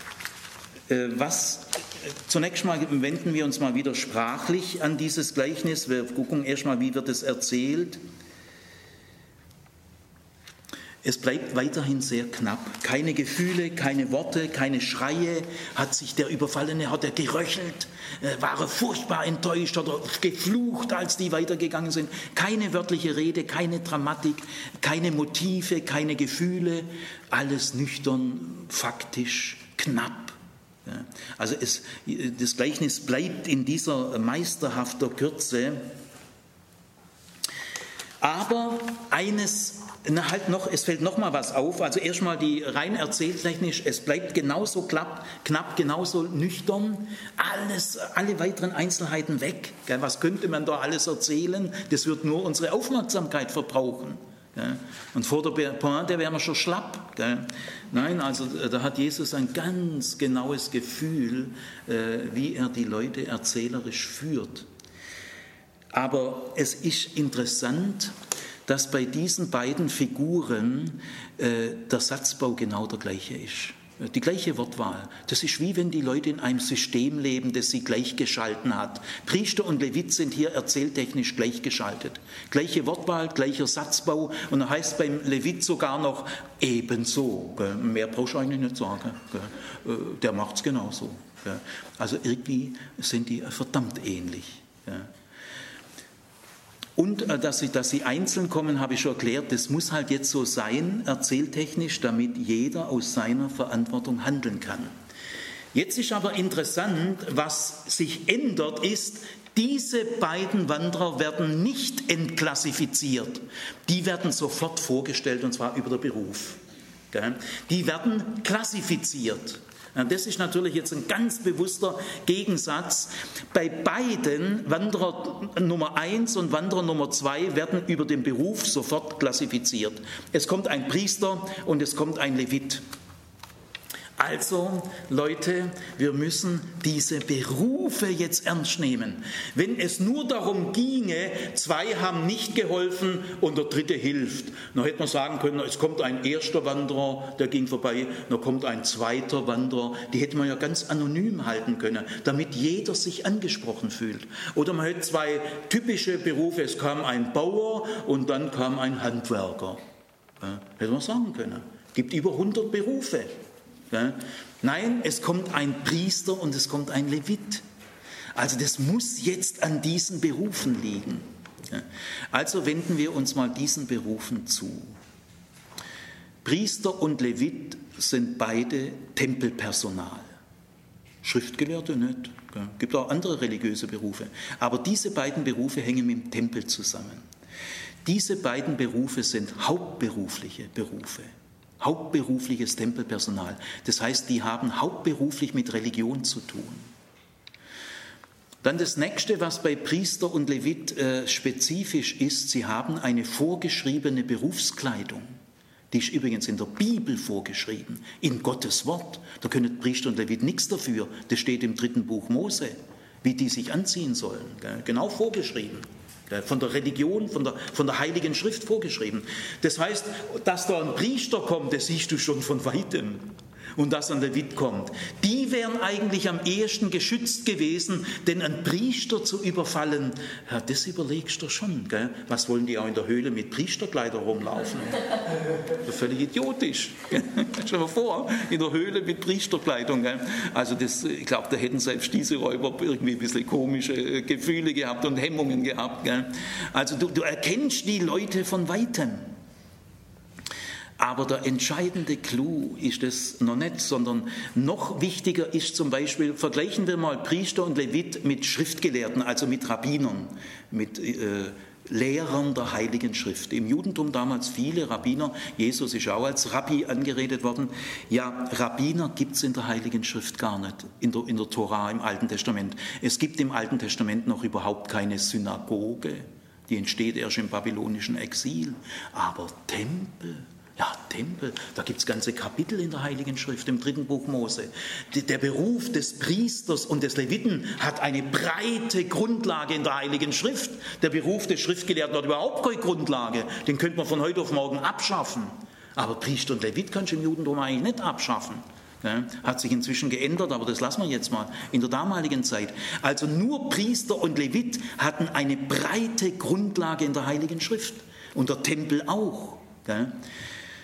zunächst mal wenden wir uns mal wieder sprachlich an dieses Gleichnis. Wir gucken erst mal, wie wird es erzählt. Es bleibt weiterhin sehr knapp. Keine Gefühle, keine Worte, keine Schreie. Der Überfallene, hat er geröchelt? War er furchtbar enttäuscht? Hat er geflucht, als die weitergegangen sind? Keine wörtliche Rede, keine Dramatik, keine Motive, keine Gefühle. Alles nüchtern, faktisch, knapp. Also das Gleichnis bleibt in dieser meisterhaften Kürze. Aber es fällt noch mal was auf. Also erstmal die rein erzähltechnisch, es bleibt genauso knapp, genauso nüchtern. Alle weiteren Einzelheiten weg. Was könnte man da alles erzählen? Das wird nur unsere Aufmerksamkeit verbrauchen. Und vor der Pointe wären wir schon schlapp. Nein, also da hat Jesus ein ganz genaues Gefühl, wie er die Leute erzählerisch führt. Aber es ist interessant, dass bei diesen beiden Figuren der Satzbau genau der gleiche ist. Die gleiche Wortwahl. Das ist wie wenn die Leute in einem System leben, das sie gleichgeschalten hat. Priester und Levit sind hier erzähltechnisch gleichgeschaltet. Gleiche Wortwahl, gleicher Satzbau. Und da heißt beim Levit sogar noch ebenso. Mehr brauchst du eigentlich nicht sagen. Der macht es genauso. Also irgendwie sind die verdammt ähnlich. Und dass sie einzeln kommen, habe ich schon erklärt, das muss halt jetzt so sein, erzähltechnisch, damit jeder aus seiner Verantwortung handeln kann. Jetzt ist aber interessant, was sich ändert, ist, diese beiden Wanderer werden nicht entklassifiziert. Die werden sofort vorgestellt, und zwar über den Beruf. Die werden klassifiziert. Das ist natürlich jetzt ein ganz bewusster Gegensatz. Bei beiden, Wanderer Nummer 1 und Wanderer Nummer 2, werden über den Beruf sofort klassifiziert. Es kommt ein Priester und es kommt ein Levit. Also, Leute, wir müssen diese Berufe jetzt ernst nehmen. Wenn es nur darum ginge, 2 haben nicht geholfen und der 3. hilft, dann hätte man sagen können, es kommt ein erster Wanderer, der ging vorbei, dann kommt ein zweiter Wanderer. Die hätte man ja ganz anonym halten können, damit jeder sich angesprochen fühlt. Oder man hätte 2 typische Berufe, es kam ein Bauer und dann kam ein Handwerker. Hätte man sagen können. Es gibt über 100 Berufe. Nein, es kommt ein Priester und es kommt ein Levit. Also das muss jetzt an diesen Berufen liegen. Also wenden wir uns mal diesen Berufen zu. Priester und Levit sind beide Tempelpersonal. Schriftgelehrte nicht. Es gibt auch andere religiöse Berufe. Aber diese beiden Berufe hängen mit dem Tempel zusammen. Diese beiden Berufe sind hauptberufliche Berufe. Hauptberufliches Tempelpersonal. Das heißt, die haben hauptberuflich mit Religion zu tun. Dann das Nächste, was bei Priester und Levit spezifisch ist, sie haben eine vorgeschriebene Berufskleidung. Die ist übrigens in der Bibel vorgeschrieben, in Gottes Wort. Da können Priester und Levit nichts dafür. Das steht im 3. Buch Mose, wie die sich anziehen sollen. Genau vorgeschrieben. Von der Religion, von der Heiligen Schrift vorgeschrieben. Das heißt, dass da ein Priester kommt, das siehst du schon von Weitem. Und dass ein Levit kommt. Die wären eigentlich am ehesten geschützt gewesen, denn ein Priester zu überfallen, ja, das überlegst du schon. Gell? Was wollen die auch in der Höhle mit Priesterkleidern rumlaufen? Das ist völlig idiotisch. Stell dir mal vor, in der Höhle mit Priesterkleidung. Gell? Also ich glaube, da hätten selbst diese Räuber irgendwie ein bisschen komische Gefühle gehabt und Hemmungen gehabt. Gell? Also du erkennst die Leute von Weitem. Aber der entscheidende Clou ist es noch nicht, sondern noch wichtiger ist zum Beispiel, vergleichen wir mal Priester und Levit mit Schriftgelehrten, also mit Rabbinern, mit Lehrern der Heiligen Schrift. Im Judentum damals viele Rabbiner, Jesus ist auch als Rabbi angeredet worden. Ja, Rabbiner gibt es in der Heiligen Schrift gar nicht, in der Tora, im Alten Testament. Es gibt im Alten Testament noch überhaupt keine Synagoge, die entsteht erst im babylonischen Exil. Aber Tempel... Ja, Tempel, da gibt es ganze Kapitel in der Heiligen Schrift, im 3. Buch Mose. Der Beruf des Priesters und des Leviten hat eine breite Grundlage in der Heiligen Schrift. Der Beruf des Schriftgelehrten hat überhaupt keine Grundlage. Den könnte man von heute auf morgen abschaffen. Aber Priester und Levit kannst du im Judentum eigentlich nicht abschaffen. Ja, hat sich inzwischen geändert, aber das lassen wir jetzt mal. In der damaligen Zeit. Also nur Priester und Levit hatten eine breite Grundlage in der Heiligen Schrift. Und der Tempel auch. Ja.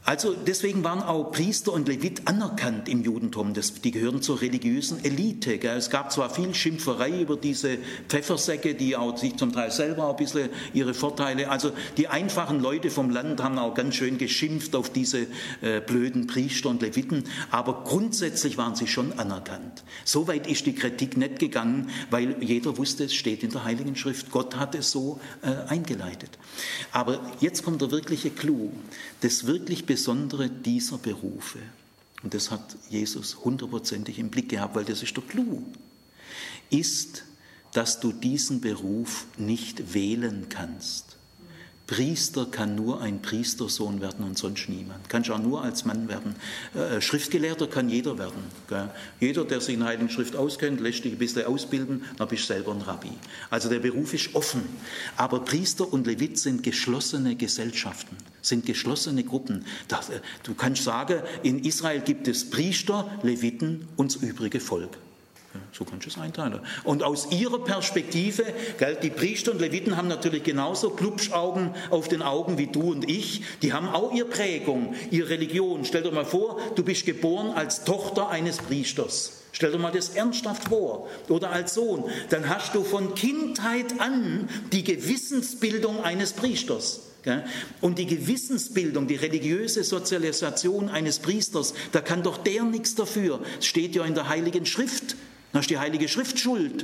Also deswegen waren auch Priester und Levit anerkannt im Judentum. Die gehören zur religiösen Elite. Gell? Es gab zwar viel Schimpferei über diese Pfeffersäcke, die auch sich zum Teil selber auch ein bisschen ihre Vorteile, also die einfachen Leute vom Land haben auch ganz schön geschimpft auf diese blöden Priester und Leviten, aber grundsätzlich waren sie schon anerkannt. Soweit ist die Kritik nicht gegangen, weil jeder wusste, es steht in der Heiligen Schrift. Gott hat es so eingeleitet. Aber jetzt kommt der wirkliche Clou. Das wirklich Besondere dieser Berufe, und das hat Jesus hundertprozentig im Blick gehabt, weil das ist der Clou, ist, dass du diesen Beruf nicht wählen kannst. Priester kann nur ein Priestersohn werden und sonst niemand. Kannst auch nur als Mann werden. Schriftgelehrter kann jeder werden. Gell? Jeder, der sich in der Heiligen Schrift auskennt, lässt dich ein bisschen ausbilden, dann bist du selber ein Rabbi. Also der Beruf ist offen. Aber Priester und Levit sind geschlossene Gesellschaften, sind geschlossene Gruppen. Du kannst sagen, in Israel gibt es Priester, Leviten und das übrige Volk. So kannst du es einteilen. Und aus ihrer Perspektive, gell, die Priester und Leviten haben natürlich genauso Glubschaugen auf den Augen wie du und ich. Die haben auch ihre Prägung, ihre Religion. Stell dir mal vor, du bist geboren als Tochter eines Priesters. Stell dir mal das ernsthaft vor. Oder als Sohn. Dann hast du von Kindheit an die Gewissensbildung eines Priesters. Und die Gewissensbildung, die religiöse Sozialisation eines Priesters, da kann doch der nichts dafür. Es steht ja in der Heiligen Schrift. Dann ist die Heilige Schrift schuld.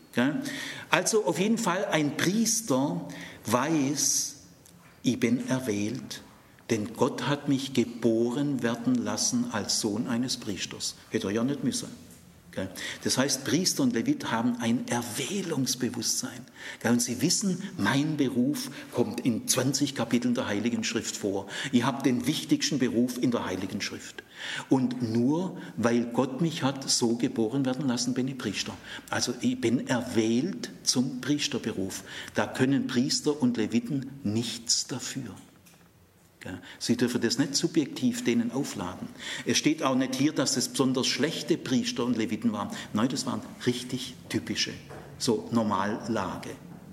Also auf jeden Fall ein Priester weiß, ich bin erwählt, denn Gott hat mich geboren werden lassen als Sohn eines Priesters. Hätte er ja nicht müssen. Das heißt, Priester und Levit haben ein Erwählungsbewusstsein. Und sie wissen, mein Beruf kommt in 20 Kapiteln der Heiligen Schrift vor. Ich habe den wichtigsten Beruf in der Heiligen Schrift. Und nur weil Gott mich hat so geboren werden lassen, bin ich Priester. Also ich bin erwählt zum Priesterberuf. Da können Priester und Leviten nichts dafür. Sie dürfen das nicht subjektiv denen aufladen. Es steht auch nicht hier, dass es besonders schlechte Priester und Leviten waren. Nein, das waren richtig typische, so Normallage.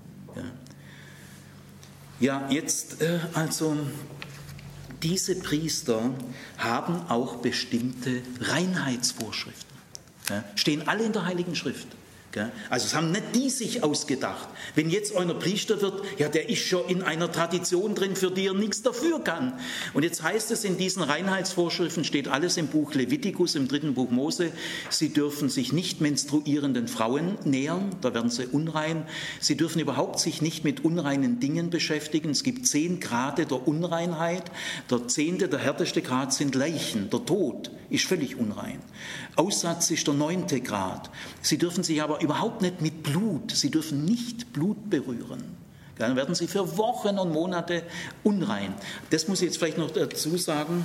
Ja, jetzt also diese Priester haben auch bestimmte Reinheitsvorschriften. Stehen alle in der Heiligen Schrift. Also es haben nicht die sich ausgedacht. Wenn jetzt einer Priester wird, ja, der ist schon in einer Tradition drin, für die er nichts dafür kann. Und jetzt heißt es, in diesen Reinheitsvorschriften steht alles im Buch Levitikus, im 3. Buch Mose. Sie dürfen sich nicht menstruierenden Frauen nähern, da werden sie unrein. Sie dürfen überhaupt sich nicht mit unreinen Dingen beschäftigen. Es gibt 10 Grade der Unreinheit. Der 10., der härteste Grad sind Leichen. Der Tod ist völlig unrein. Aussatz ist der 9. Grad. Sie dürfen sich aber überhaupt nicht mit Blut, sie dürfen nicht Blut berühren. Dann werden sie für Wochen und Monate unrein. Das muss ich jetzt vielleicht noch dazu sagen.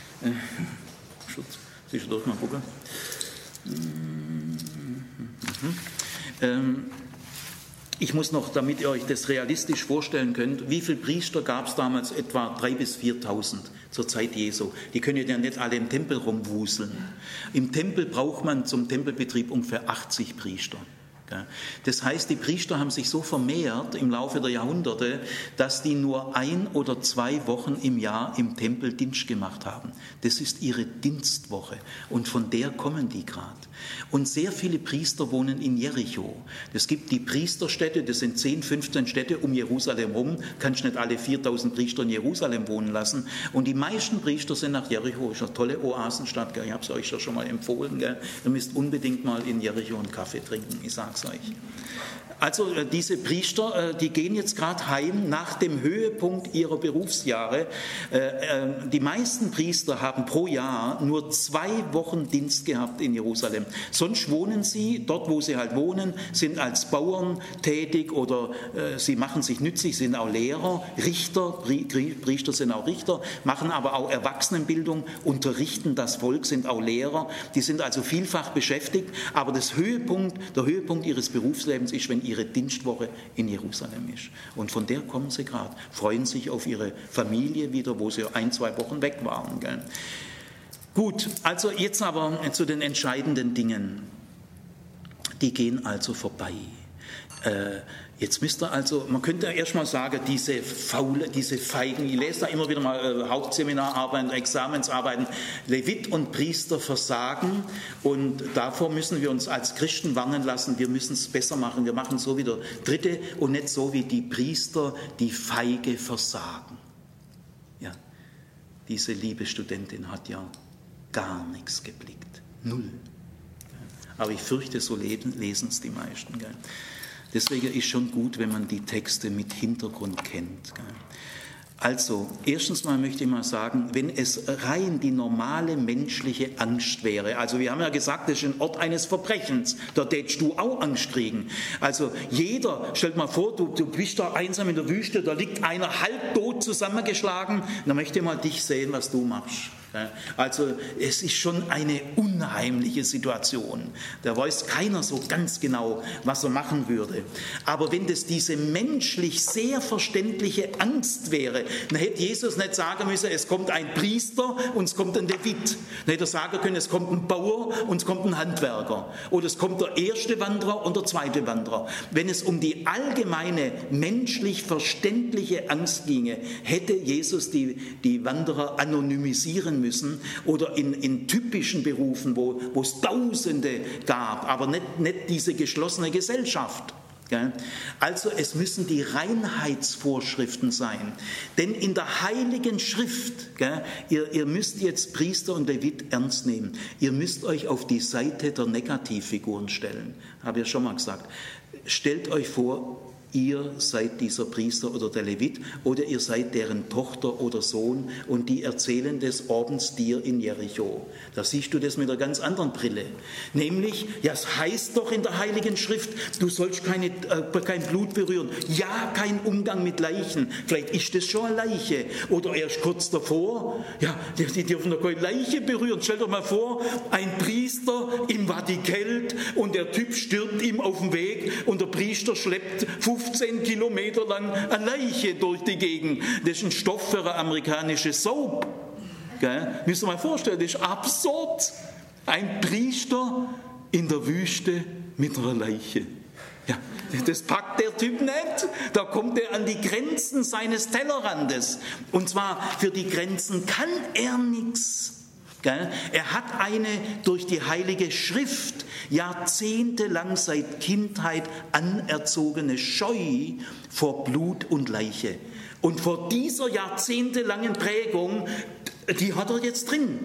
Sicher durch, mal gucken. Ich muss noch, damit ihr euch das realistisch vorstellen könnt, wie viele Priester gab es damals? Etwa 3.000 bis 4.000 zur Zeit Jesu. Die können ja nicht alle im Tempel rumwuseln. Im Tempel braucht man zum Tempelbetrieb ungefähr 80 Priester. Das heißt, die Priester haben sich so vermehrt im Laufe der Jahrhunderte, dass die nur 1 oder 2 Wochen im Jahr im Tempel Dienst gemacht haben. Das ist ihre Dienstwoche und von der kommen die gerade. Und sehr viele Priester wohnen in Jericho. Es gibt die Priesterstädte, das sind 10, 15 Städte um Jerusalem rum. Kannst nicht alle 4.000 Priester in Jerusalem wohnen lassen. Und die meisten Priester sind nach Jericho. Ist eine tolle Oasenstadt. Ich habe es euch ja schon mal empfohlen. Ihr müsst unbedingt mal in Jericho einen Kaffee trinken. Ich sage euch. Also diese Priester, die gehen jetzt gerade heim nach dem Höhepunkt ihrer Berufsjahre. Die meisten Priester haben pro Jahr nur 2 Wochen Dienst gehabt in Jerusalem. Sonst wohnen sie, dort wo sie halt wohnen, sind als Bauern tätig oder sie machen sich nützlich, sind auch Lehrer, Richter, Priester sind auch Richter, machen aber auch Erwachsenenbildung, unterrichten das Volk, sind auch Lehrer. Die sind also vielfach beschäftigt, aber der Höhepunkt ihres Berufslebens ist, wenn ihre Dienstwoche in Jerusalem ist. Und von der kommen sie gerade, freuen sich auf ihre Familie wieder, wo sie 1, 2 Wochen weg waren. Gell? Gut, also jetzt aber zu den entscheidenden Dingen. Die gehen also vorbei. Jetzt müsst ihr also, man könnte erst mal sagen, diese Feigen, ich lese da immer wieder mal Hauptseminararbeiten, Examensarbeiten, Levit und Priester versagen und davor müssen wir uns als Christen warnen lassen, wir müssen es besser machen, wir machen so wie der Dritte und nicht so wie die Priester, die feige versagen. Ja, diese liebe Studentin hat ja gar nichts geblickt, null. Aber ich fürchte, so lesen es die meisten. Gell? Deswegen ist schon gut, wenn man die Texte mit Hintergrund kennt. Gell? Also, erstens mal möchte ich mal sagen, wenn es rein die normale menschliche Angst wäre, also wir haben ja gesagt, das ist ein Ort eines Verbrechens, da tätst du auch Angst kriegen. Also jeder, stellt mal vor, du bist da einsam in der Wüste, da liegt einer halbtot zusammengeschlagen, dann möchte ich mal dich sehen, was du machst. Also es ist schon eine unheimliche Situation. Da weiß keiner so ganz genau, was er machen würde. Aber wenn das diese menschlich sehr verständliche Angst wäre, dann hätte Jesus nicht sagen müssen, es kommt ein Priester und es kommt ein Levit. Dann hätte er sagen können, es kommt ein Bauer und es kommt ein Handwerker. Oder es kommt der erste Wanderer und der zweite Wanderer. Wenn es um die allgemeine menschlich verständliche Angst ginge, hätte Jesus die Wanderer anonymisieren müssen oder in typischen Berufen, wo es Tausende gab, aber nicht diese geschlossene Gesellschaft. Also es müssen die Reinheitsvorschriften sein, denn in der Heiligen Schrift, ihr müsst jetzt Priester und Levit ernst nehmen, ihr müsst euch auf die Seite der Negativfiguren stellen, habe ich schon mal gesagt. Stellt euch vor, ihr seid dieser Priester oder der Levit oder ihr seid deren Tochter oder Sohn und die erzählen des Abends dir in Jericho. Da siehst du das mit einer ganz anderen Brille. Nämlich, ja, es heißt doch in der Heiligen Schrift, du sollst kein Blut berühren. Ja, kein Umgang mit Leichen. Vielleicht ist das schon eine Leiche. Oder erst kurz davor, ja, die dürfen doch keine Leiche berühren. Stell dir mal vor, ein Priester, ihm war die Kälte und der Typ stirbt ihm auf dem Weg und der Priester schleppt 15 Kilometer lang eine Leiche durch die Gegend. Das ist ein Stoff für eine amerikanische Soap. Gell? Müsst ihr mal vorstellen, das ist absurd. Ein Priester in der Wüste mit einer Leiche. Ja, das packt der Typ nicht. Da kommt er an die Grenzen seines Tellerrandes. Und zwar für die Grenzen kann er nichts. Er hat eine durch die Heilige Schrift jahrzehntelang seit Kindheit anerzogene Scheu vor Blut und Leiche. Und vor dieser jahrzehntelangen Prägung, die hat er jetzt drin.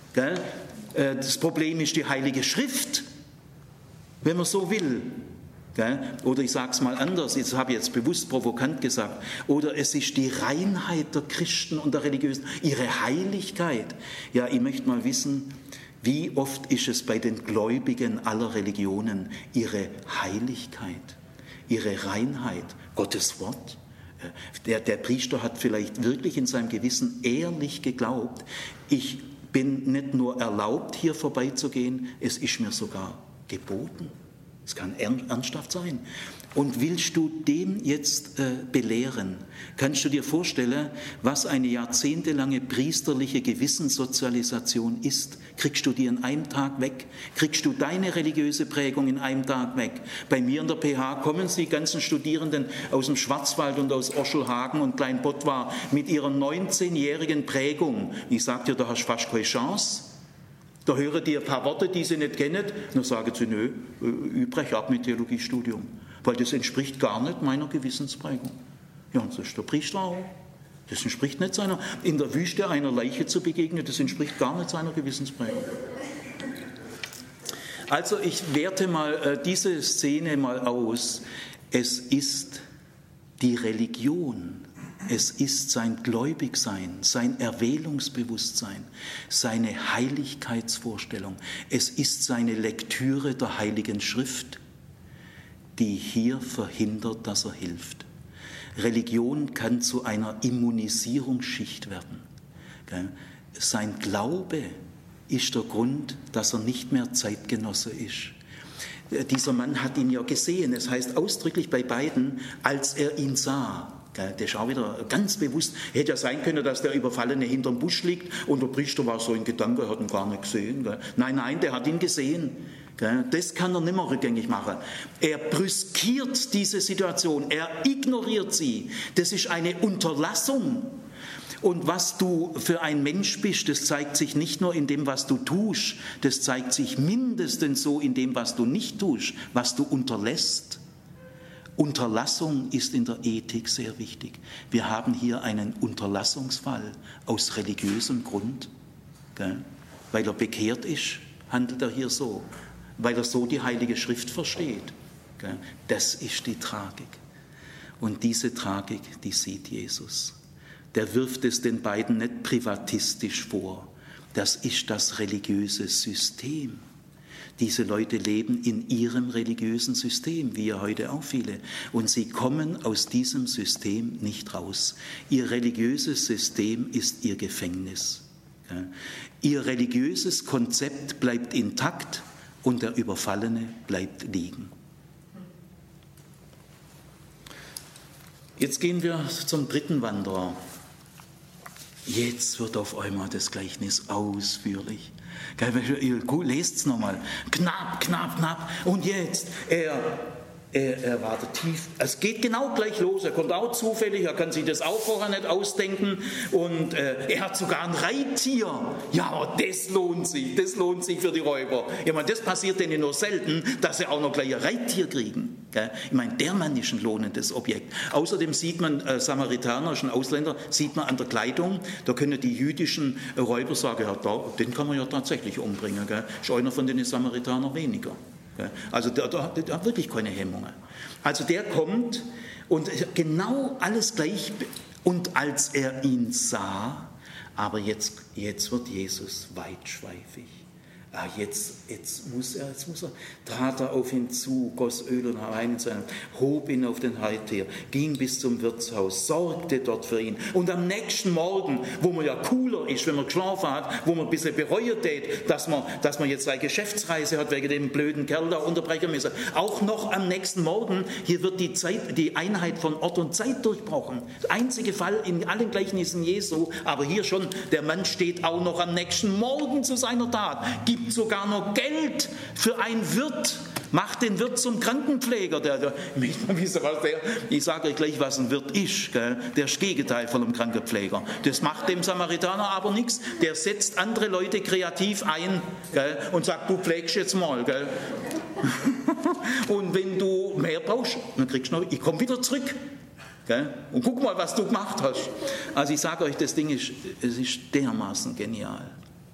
Das Problem ist die Heilige Schrift, wenn man so will. Oder ich sage es mal anders, jetzt habe ich jetzt bewusst provokant gesagt, oder es ist die Reinheit der Christen und der Religiösen, ihre Heiligkeit. Ja, ich möchte mal wissen, wie oft ist es bei den Gläubigen aller Religionen ihre Heiligkeit, ihre Reinheit, Gottes Wort. Der Priester hat vielleicht wirklich in seinem Gewissen ehrlich geglaubt, ich bin nicht nur erlaubt, hier vorbeizugehen, es ist mir sogar geboten. Es kann ernsthaft sein. Und willst du dem jetzt belehren? Kannst du dir vorstellen, was eine jahrzehntelange priesterliche Gewissenssozialisation ist? Kriegst du die in einem Tag weg? Kriegst du deine religiöse Prägung in einem Tag weg? Bei mir in der PH kommen die ganzen Studierenden aus dem Schwarzwald und aus Oschelhagen und Kleinbottwar mit ihrer 19-jährigen Prägung. Ich sage dir, da hast du fast keine Chance. Da hören die ein paar Worte, die sie nicht kennen, dann sagen sie, nö, ich breche ab mit Theologiestudium, weil das entspricht gar nicht meiner Gewissensprägung. Ja, und so ist der Priester auch. Das entspricht nicht seiner, in der Wüste einer Leiche zu begegnen, das entspricht gar nicht seiner Gewissensprägung. Also ich werte mal diese Szene mal aus. Es ist die Religion. Es ist sein Gläubigsein, sein Erwählungsbewusstsein, seine Heiligkeitsvorstellung. Es ist seine Lektüre der Heiligen Schrift, die hier verhindert, dass er hilft. Religion kann zu einer Immunisierungsschicht werden. Sein Glaube ist der Grund, dass er nicht mehr Zeitgenosse ist. Dieser Mann hat ihn ja gesehen, es heißt ausdrücklich bei beiden, als er ihn sah. Das ist auch wieder ganz bewusst. Hätte ja sein können, dass der Überfallene hinterm Busch liegt und der Priester war so in Gedanken, er hat ihn gar nicht gesehen. Nein, der hat ihn gesehen. Das kann er nicht mehr rückgängig machen. Er brüskiert diese Situation, er ignoriert sie. Das ist eine Unterlassung. Und was du für ein Mensch bist, das zeigt sich nicht nur in dem, was du tust, das zeigt sich mindestens so in dem, was du nicht tust, was du unterlässt. Unterlassung ist in der Ethik sehr wichtig. Wir haben hier einen Unterlassungsfall aus religiösem Grund. Weil er bekehrt ist, handelt er hier so. Weil er so die Heilige Schrift versteht. Das ist die Tragik. Und diese Tragik, die sieht Jesus. Der wirft es den beiden nicht privatistisch vor. Das ist das religiöse System. Diese Leute leben in ihrem religiösen System, wie ja heute auch viele. Und sie kommen aus diesem System nicht raus. Ihr religiöses System ist ihr Gefängnis. Ihr religiöses Konzept bleibt intakt und der Überfallene bleibt liegen. Jetzt gehen wir zum dritten Wanderer. Jetzt wird auf einmal das Gleichnis ausführlich. Lest es nochmal. Knapp. Und jetzt, er wartet tief. Es geht genau gleich los. Er kommt auch zufällig. Er kann sich das auch vorher nicht ausdenken. Und er hat sogar ein Reittier. Ja, aber das lohnt sich. Das lohnt sich für die Räuber. Ich meine, das passiert denen nur selten, dass sie auch noch gleich ein Reittier kriegen. Ich meine, der Mann ist ein lohnendes Objekt. Außerdem sieht man, Samaritaner, schon Ausländer, sieht man an der Kleidung, da können die jüdischen Räuber sagen, ja, den kann man ja tatsächlich umbringen. Ist einer von den Samaritanern weniger. Also der hat wirklich keine Hemmungen. Also der kommt und genau alles gleich. Und als er ihn sah, aber jetzt wird Jesus weitschweifig. Jetzt muss er, trat er auf ihn zu, goss Öl und Wein in seinem, hob ihn auf den Reittier, ging bis zum Wirtshaus, sorgte dort für ihn. Und am nächsten Morgen, wo man ja cooler ist, wenn man geschlafen hat, wo man ein bisschen bereut hat, dass man jetzt eine Geschäftsreise hat, wegen dem blöden Kerl da unterbrechen müssen. Auch noch am nächsten Morgen, hier wird die Einheit von Ort und Zeit durchbrochen. Der einzige Fall in allen Gleichnissen Jesu, aber hier schon, der Mann steht auch noch am nächsten Morgen zu seiner Tat, gibt sogar noch Geld für einen Wirt, macht den Wirt zum Krankenpfleger. Ich sage euch gleich, was ein Wirt ist. Gell? Der ist das Gegenteil von einem Krankenpfleger. Das macht dem Samaritaner aber nichts. Der setzt andere Leute kreativ ein, gell? Und sagt, du pflegst jetzt mal. Gell? Und wenn du mehr brauchst, dann kriegst du noch, ich komme wieder zurück. Gell? Und guck mal, was du gemacht hast. Also ich sage euch, das Ding ist dermaßen genial.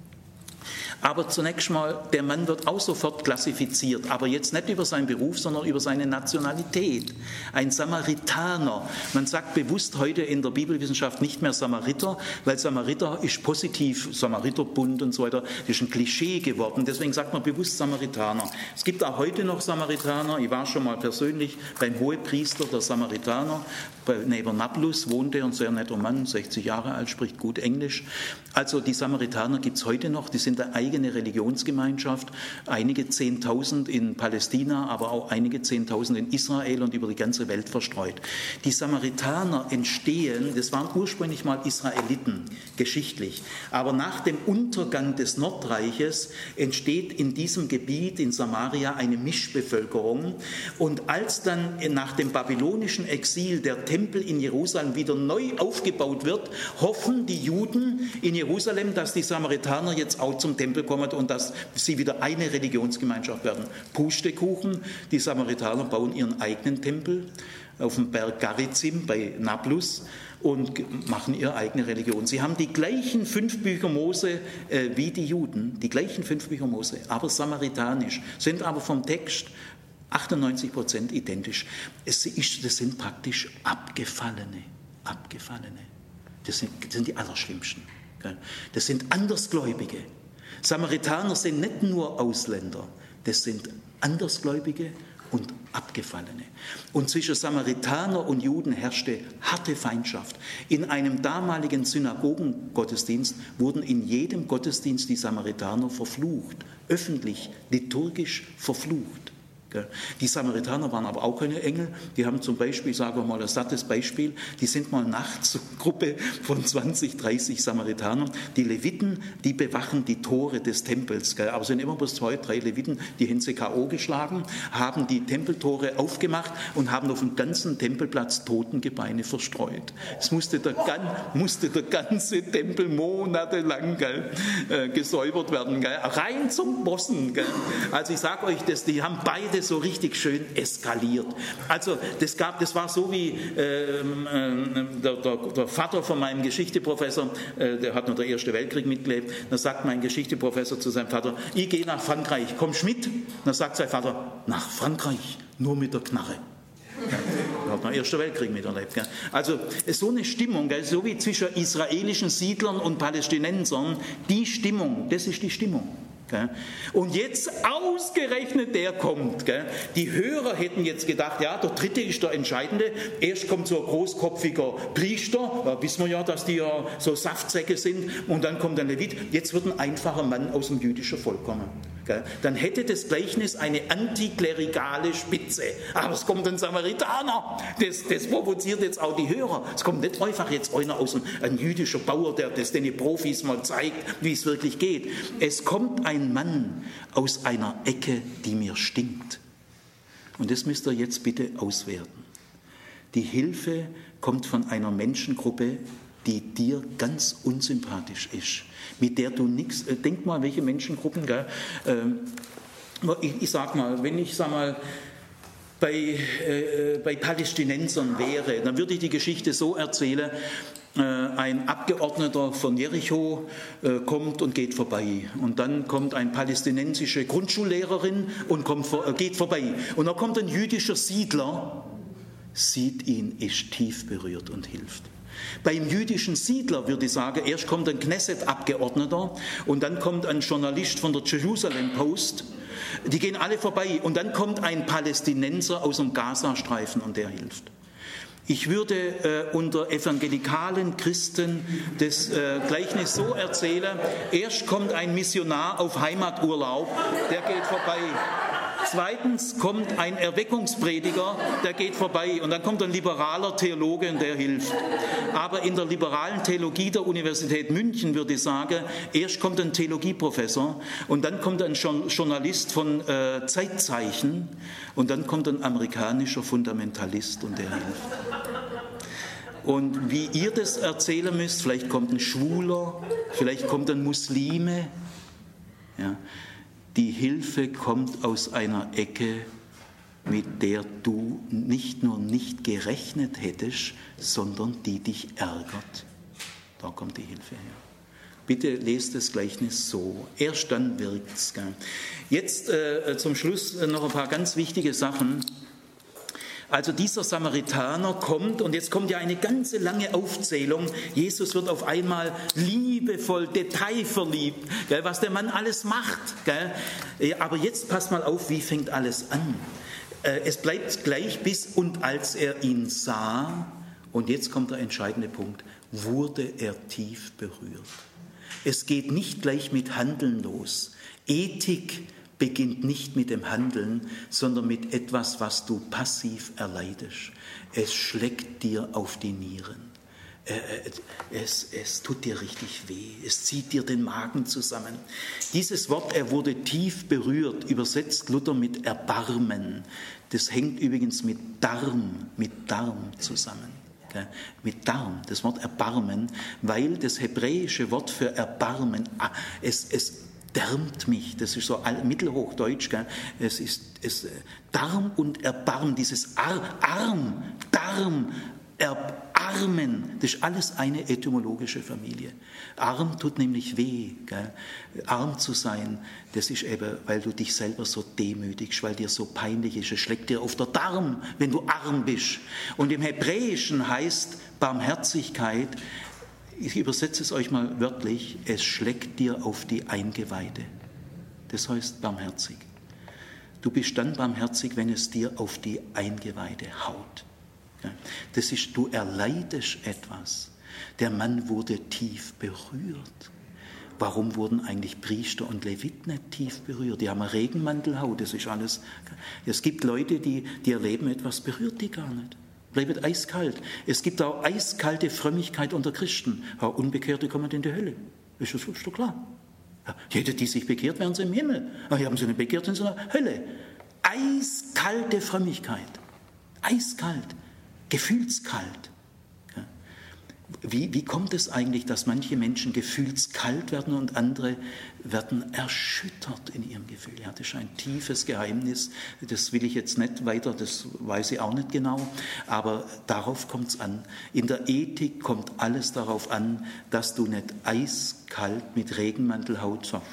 Aber zunächst mal, der Mann wird auch sofort klassifiziert, aber jetzt nicht über seinen Beruf, sondern über seine Nationalität. Ein Samaritaner. Man sagt bewusst heute in der Bibelwissenschaft nicht mehr Samariter, weil Samariter ist positiv, Samariterbund und so weiter, das ist ein Klischee geworden. Deswegen sagt man bewusst Samaritaner. Es gibt auch heute noch Samaritaner. Ich war schon mal persönlich beim Hohepriester der Samaritaner. Neben Nablus wohnt er, ein sehr netter Mann, 60 Jahre alt, spricht gut Englisch. Also die Samaritaner gibt es heute noch, die sind eine eigene Religionsgemeinschaft, einige 10.000 in Palästina, aber auch einige 10.000 in Israel und über die ganze Welt verstreut. Die Samaritaner entstehen, das waren ursprünglich mal Israeliten, geschichtlich, aber nach dem Untergang des Nordreiches entsteht in diesem Gebiet in Samaria eine Mischbevölkerung und als dann nach dem babylonischen Exil der Tempel in Jerusalem wieder neu aufgebaut wird, hoffen die Juden in Jerusalem, dass die Samaritaner jetzt auch zum Tempel kommen und dass sie wieder eine Religionsgemeinschaft werden. Pustekuchen, die Samaritaner bauen ihren eigenen Tempel auf dem Berg Garizim bei Nablus und machen ihre eigene Religion. Sie haben die gleichen 5 Bücher Mose wie die Juden, die gleichen 5 Bücher Mose, aber samaritanisch, sind aber vom Text 98% identisch. Das sind praktisch Abgefallene. Das sind die Allerschlimmsten. Das sind Andersgläubige. Samaritaner sind nicht nur Ausländer, das sind Andersgläubige und Abgefallene. Und zwischen Samaritaner und Juden herrschte harte Feindschaft. In einem damaligen Synagogengottesdienst wurden in jedem Gottesdienst die Samaritaner verflucht, öffentlich, liturgisch verflucht. Die Samaritaner waren aber auch keine Engel. Die haben zum Beispiel, sagen wir mal ein sattes Beispiel, die sind mal nachts, so eine Gruppe von 20, 30 Samaritanern. Die Leviten, die bewachen die Tore des Tempels. Aber es sind immer bloß 2, 3 Leviten, die haben sie K.O. geschlagen, haben die Tempeltore aufgemacht und haben auf dem ganzen Tempelplatz Totengebeine verstreut. Es musste der ganze Tempel monatelang gesäubert werden, rein zum Bossen. Also ich sage euch, die haben beide so richtig schön eskaliert. Also das war so wie der Vater von meinem Geschichteprofessor, der hat noch den Ersten Weltkrieg mitgelebt, da sagt mein Geschichteprofessor zu seinem Vater, ich gehe nach Frankreich, kommst mit? Dann sagt sein Vater, nach Frankreich, nur mit der Knarre. Er hat noch den Ersten Weltkrieg miterlebt. Also so eine Stimmung, so wie zwischen israelischen Siedlern und Palästinensern, die Stimmung, das ist die Stimmung. Und jetzt ausgerechnet der kommt. Die Hörer hätten jetzt gedacht, ja, der dritte ist der Entscheidende. Erst kommt so ein großkopfiger Priester, da wissen wir ja, dass die ja so Saftsäcke sind, und dann kommt ein Levit. Jetzt wird ein einfacher Mann aus dem jüdischen Volk kommen. Dann hätte das Gleichnis eine antiklerikale Spitze. Aber es kommt ein Samaritaner. Das provoziert jetzt auch die Hörer. Es kommt nicht einfach jetzt einer ein jüdischer Bauer, der das den Profis mal zeigt, wie es wirklich geht. Es kommt ein Mann aus einer Ecke, die mir stinkt. Und das müsst ihr jetzt bitte auswerten. Die Hilfe kommt von einer Menschengruppe, die dir ganz unsympathisch ist, mit der du nichts, denk mal, welche Menschengruppen, ich sag mal, wenn ich bei Palästinensern wäre, dann würde ich die Geschichte so erzählen, ein Abgeordneter von Jericho kommt und geht vorbei. Und dann kommt eine palästinensische Grundschullehrerin und geht vorbei. Und dann kommt ein jüdischer Siedler, sieht ihn, ist tief berührt und hilft. Beim jüdischen Siedler würde ich sagen, erst kommt ein Knesset-Abgeordneter und dann kommt ein Journalist von der Jerusalem Post. Die gehen alle vorbei und dann kommt ein Palästinenser aus dem Gazastreifen und der hilft. Ich würde unter evangelikalen Christen das Gleichnis so erzählen, erst kommt ein Missionar auf Heimaturlaub, der geht vorbei. Zweitens kommt ein Erweckungsprediger, der geht vorbei. Und dann kommt ein liberaler Theologe und der hilft. Aber in der liberalen Theologie der Universität München würde ich sagen, erst kommt ein Theologieprofessor und dann kommt ein Journalist von Zeitzeichen und dann kommt ein amerikanischer Fundamentalist und der hilft. Und wie ihr das erzählen müsst, vielleicht kommt ein Schwuler, vielleicht kommt ein Muslime, ja. Die Hilfe kommt aus einer Ecke, mit der du nicht nur nicht gerechnet hättest, sondern die dich ärgert. Da kommt die Hilfe her. Bitte lest das Gleichnis so. Erst dann wirkt's. Jetzt zum Schluss noch ein paar ganz wichtige Sachen. Also dieser Samaritaner kommt, und jetzt kommt ja eine ganze lange Aufzählung. Jesus wird auf einmal liebevoll, detailverliebt, was der Mann alles macht. Aber jetzt passt mal auf, wie fängt alles an. Es bleibt gleich bis und als er ihn sah, und jetzt kommt der entscheidende Punkt, wurde er tief berührt. Es geht nicht gleich mit Handeln los. Ethik beginnt nicht mit dem Handeln, sondern mit etwas, was du passiv erleidest. Es schlägt dir auf die Nieren. Es tut dir richtig weh. Es zieht dir den Magen zusammen. Dieses Wort, er wurde tief berührt, übersetzt Luther mit Erbarmen. Das hängt übrigens mit Darm zusammen. Mit Darm, das Wort Erbarmen, weil das hebräische Wort für Erbarmen, es därmt mich, das ist so mittelhochdeutsch, es ist Darm und Erbarmen, dieses Darm, Erbarmen, das ist alles eine etymologische Familie. Arm tut nämlich weh, arm zu sein, das ist eben, weil du dich selber so demütigst, weil dir so peinlich ist, es schlägt dir auf der Darm, wenn du arm bist. Und im Hebräischen heißt Barmherzigkeit, ich übersetze es euch mal wörtlich, es schlägt dir auf die Eingeweide. Das heißt barmherzig. Du bist dann barmherzig, wenn es dir auf die Eingeweide haut. Das ist, du erleidest etwas. Der Mann wurde tief berührt. warum wurden eigentlich Priester und Leviten nicht tief berührt? Die haben eine Regenmantelhaut, das ist alles. Es gibt Leute, die erleben etwas, berührt die gar nicht. Bleibt eiskalt. Es gibt auch eiskalte Frömmigkeit unter Christen. Ja, Unbekehrte kommen in die Hölle. Ist doch klar. Ja, jede, die sich bekehrt, werden sie im Himmel. Aber haben sie nicht bekehrt, sind sie in der Hölle. Eiskalte Frömmigkeit. Eiskalt. Gefühlskalt. Ja. Wie kommt es eigentlich, dass manche Menschen gefühlskalt werden und andere werden erschüttert in ihrem Gefühl? Ja, das ist ein tiefes Geheimnis, das will ich jetzt nicht weiter, das weiß ich auch nicht genau, aber darauf kommt es an. In der Ethik kommt alles darauf an, dass du nicht eiskalt mit Regenmantelhaut sagst,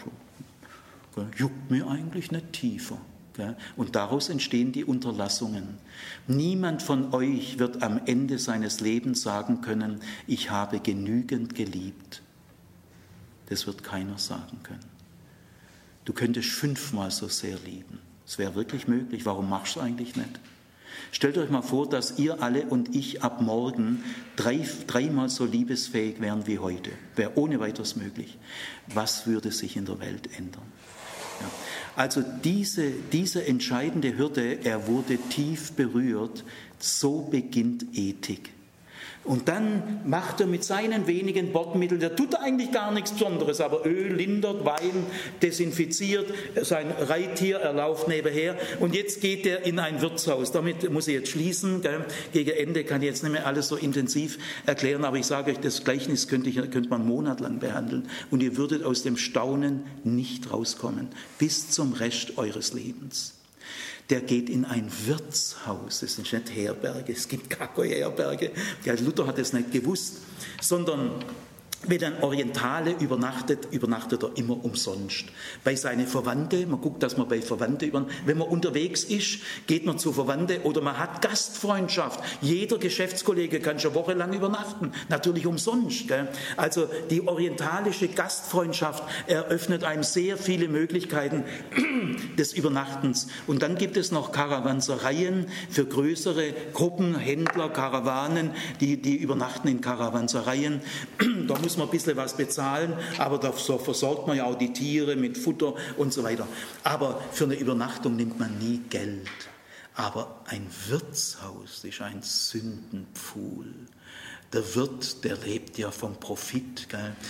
juckt mir eigentlich nicht tiefer. Und daraus entstehen die Unterlassungen. Niemand von euch wird am Ende seines Lebens sagen können, ich habe genügend geliebt. Das wird keiner sagen können. Du könntest 5-mal so sehr lieben. Das wäre wirklich möglich. Warum machst du es eigentlich nicht? Stellt euch mal vor, dass ihr alle und ich ab morgen 3-mal so liebesfähig wären wie heute. Wäre ohne weiteres möglich. Was würde sich in der Welt ändern? Ja. Also diese entscheidende Hürde, er wurde tief berührt, so beginnt Ethik. Und dann macht er mit seinen wenigen Bordmitteln, der tut eigentlich gar nichts Besonderes, aber Öl lindert, Wein desinfiziert, sein Reittier, er lauft nebenher und jetzt geht er in ein Wirtshaus. Damit muss ich jetzt schließen, gell? Gegen Ende kann ich jetzt nicht mehr alles so intensiv erklären, aber ich sage euch, das Gleichnis könnte man einen Monat lang behandeln und ihr würdet aus dem Staunen nicht rauskommen, bis zum Rest eures Lebens. Der geht in ein Wirtshaus, das sind nicht Herberge, es gibt gar keine Herberge, Luther hat es nicht gewusst, sondern wenn ein Orientale übernachtet er immer umsonst. Bei seinen Verwandten, man guckt, dass man bei Verwandten wenn man unterwegs ist, geht man zu Verwandten oder man hat Gastfreundschaft. Jeder Geschäftskollege kann schon wochenlang übernachten, natürlich umsonst. Gell? Also die orientalische Gastfreundschaft eröffnet einem sehr viele Möglichkeiten des Übernachtens. Und dann gibt es noch Karawansereien für größere Gruppen, Händler, Karawanen, die übernachten in Karawansereien. Da muss man ein bisschen was bezahlen, aber so versorgt man ja auch die Tiere mit Futter und so weiter. Aber für eine Übernachtung nimmt man nie Geld. Aber ein Wirtshaus ist ein Sündenpfuhl. Der Wirt, der lebt ja vom Profit.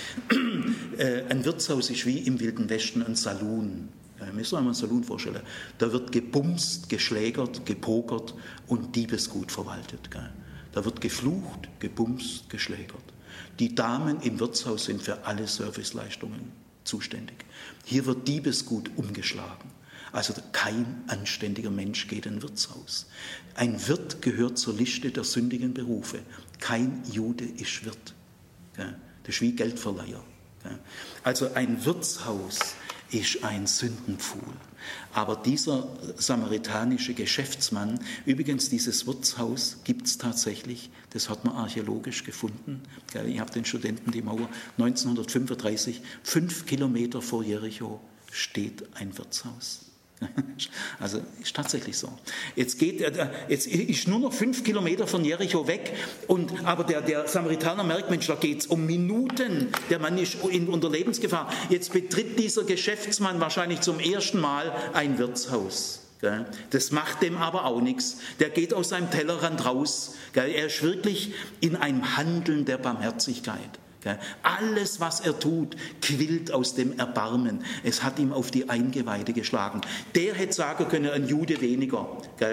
Gell? Ein Wirtshaus ist wie im Wilden Westen ein Saloon. Ja, müssen wir uns einen Saloon vorstellen. Da wird gebumst, geschlägert, gepokert und Diebesgut verwaltet. Gell? Da wird geflucht, gebumst, geschlägert. Die Damen im Wirtshaus sind für alle Serviceleistungen zuständig. Hier wird Diebesgut umgeschlagen. Also kein anständiger Mensch geht in ein Wirtshaus. Ein Wirt gehört zur Liste der sündigen Berufe. Kein Jude ist Wirt. Das ist wie Geldverleiher. Also ein Wirtshaus ist ein Sündenpfuhl. Aber dieser samaritanische Geschäftsmann, übrigens dieses Wirtshaus gibt es tatsächlich, das hat man archäologisch gefunden. Ich habe den Studenten die Mauer 1935, 5 Kilometer vor Jericho steht ein Wirtshaus. Also ist tatsächlich so. Jetzt ist nur noch 5 Kilometer von Jericho weg, aber der Samaritaner merkt, Mensch, da geht es um Minuten. Der Mann ist unter Lebensgefahr. Jetzt betritt dieser Geschäftsmann wahrscheinlich zum ersten Mal ein Wirtshaus. Das macht dem aber auch nichts. Der geht aus seinem Tellerrand raus. Er ist wirklich in einem Handeln der Barmherzigkeit. Alles, was er tut, quillt aus dem Erbarmen. Es hat ihm auf die Eingeweide geschlagen. Der hätte sagen können, ein Jude weniger.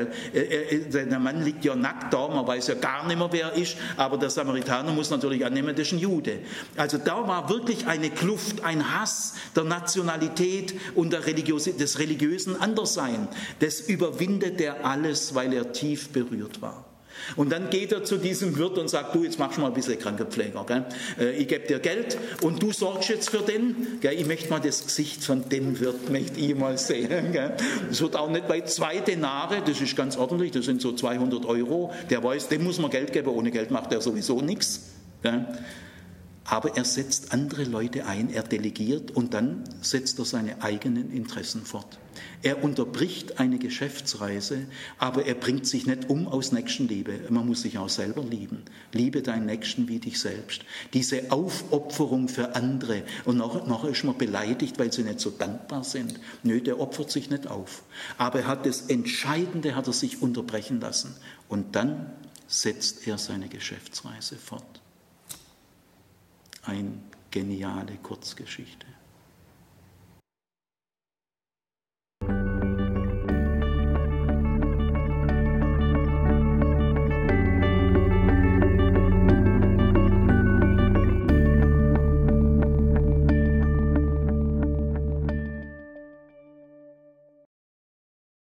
Der Mann liegt ja nackt da, man weiß ja gar nicht mehr, wer er ist, aber der Samaritaner muss natürlich annehmen, das ist ein Jude. Also da war wirklich eine Kluft, ein Hass der Nationalität und des religiösen Anderssein. Das überwindet er alles, weil er tief berührt war. Und dann geht er zu diesem Wirt und sagt, du, jetzt machst du mal ein bisschen Krankenpfleger. Gell? Ich gebe dir Geld und du sorgst jetzt für den. Gell? Ich möchte mal das Gesicht von dem Wirt mal sehen. Gell? Das wird auch nicht bei 2 Denare, das ist ganz ordentlich, das sind so 200 Euro. Der weiß, dem muss man Geld geben, ohne Geld macht er sowieso nichts. Gell? Aber er setzt andere Leute ein, er delegiert und dann setzt er seine eigenen Interessen fort. Er unterbricht eine Geschäftsreise, aber er bringt sich nicht um aus Nächstenliebe. Man muss sich auch selber lieben. Liebe deinen Nächsten wie dich selbst. Diese Aufopferung für andere. Und noch ist man beleidigt, weil sie nicht so dankbar sind. Nö, der opfert sich nicht auf. Aber er hat das Entscheidende, hat er sich unterbrechen lassen. Und dann setzt er seine Geschäftsreise fort. Eine geniale Kurzgeschichte.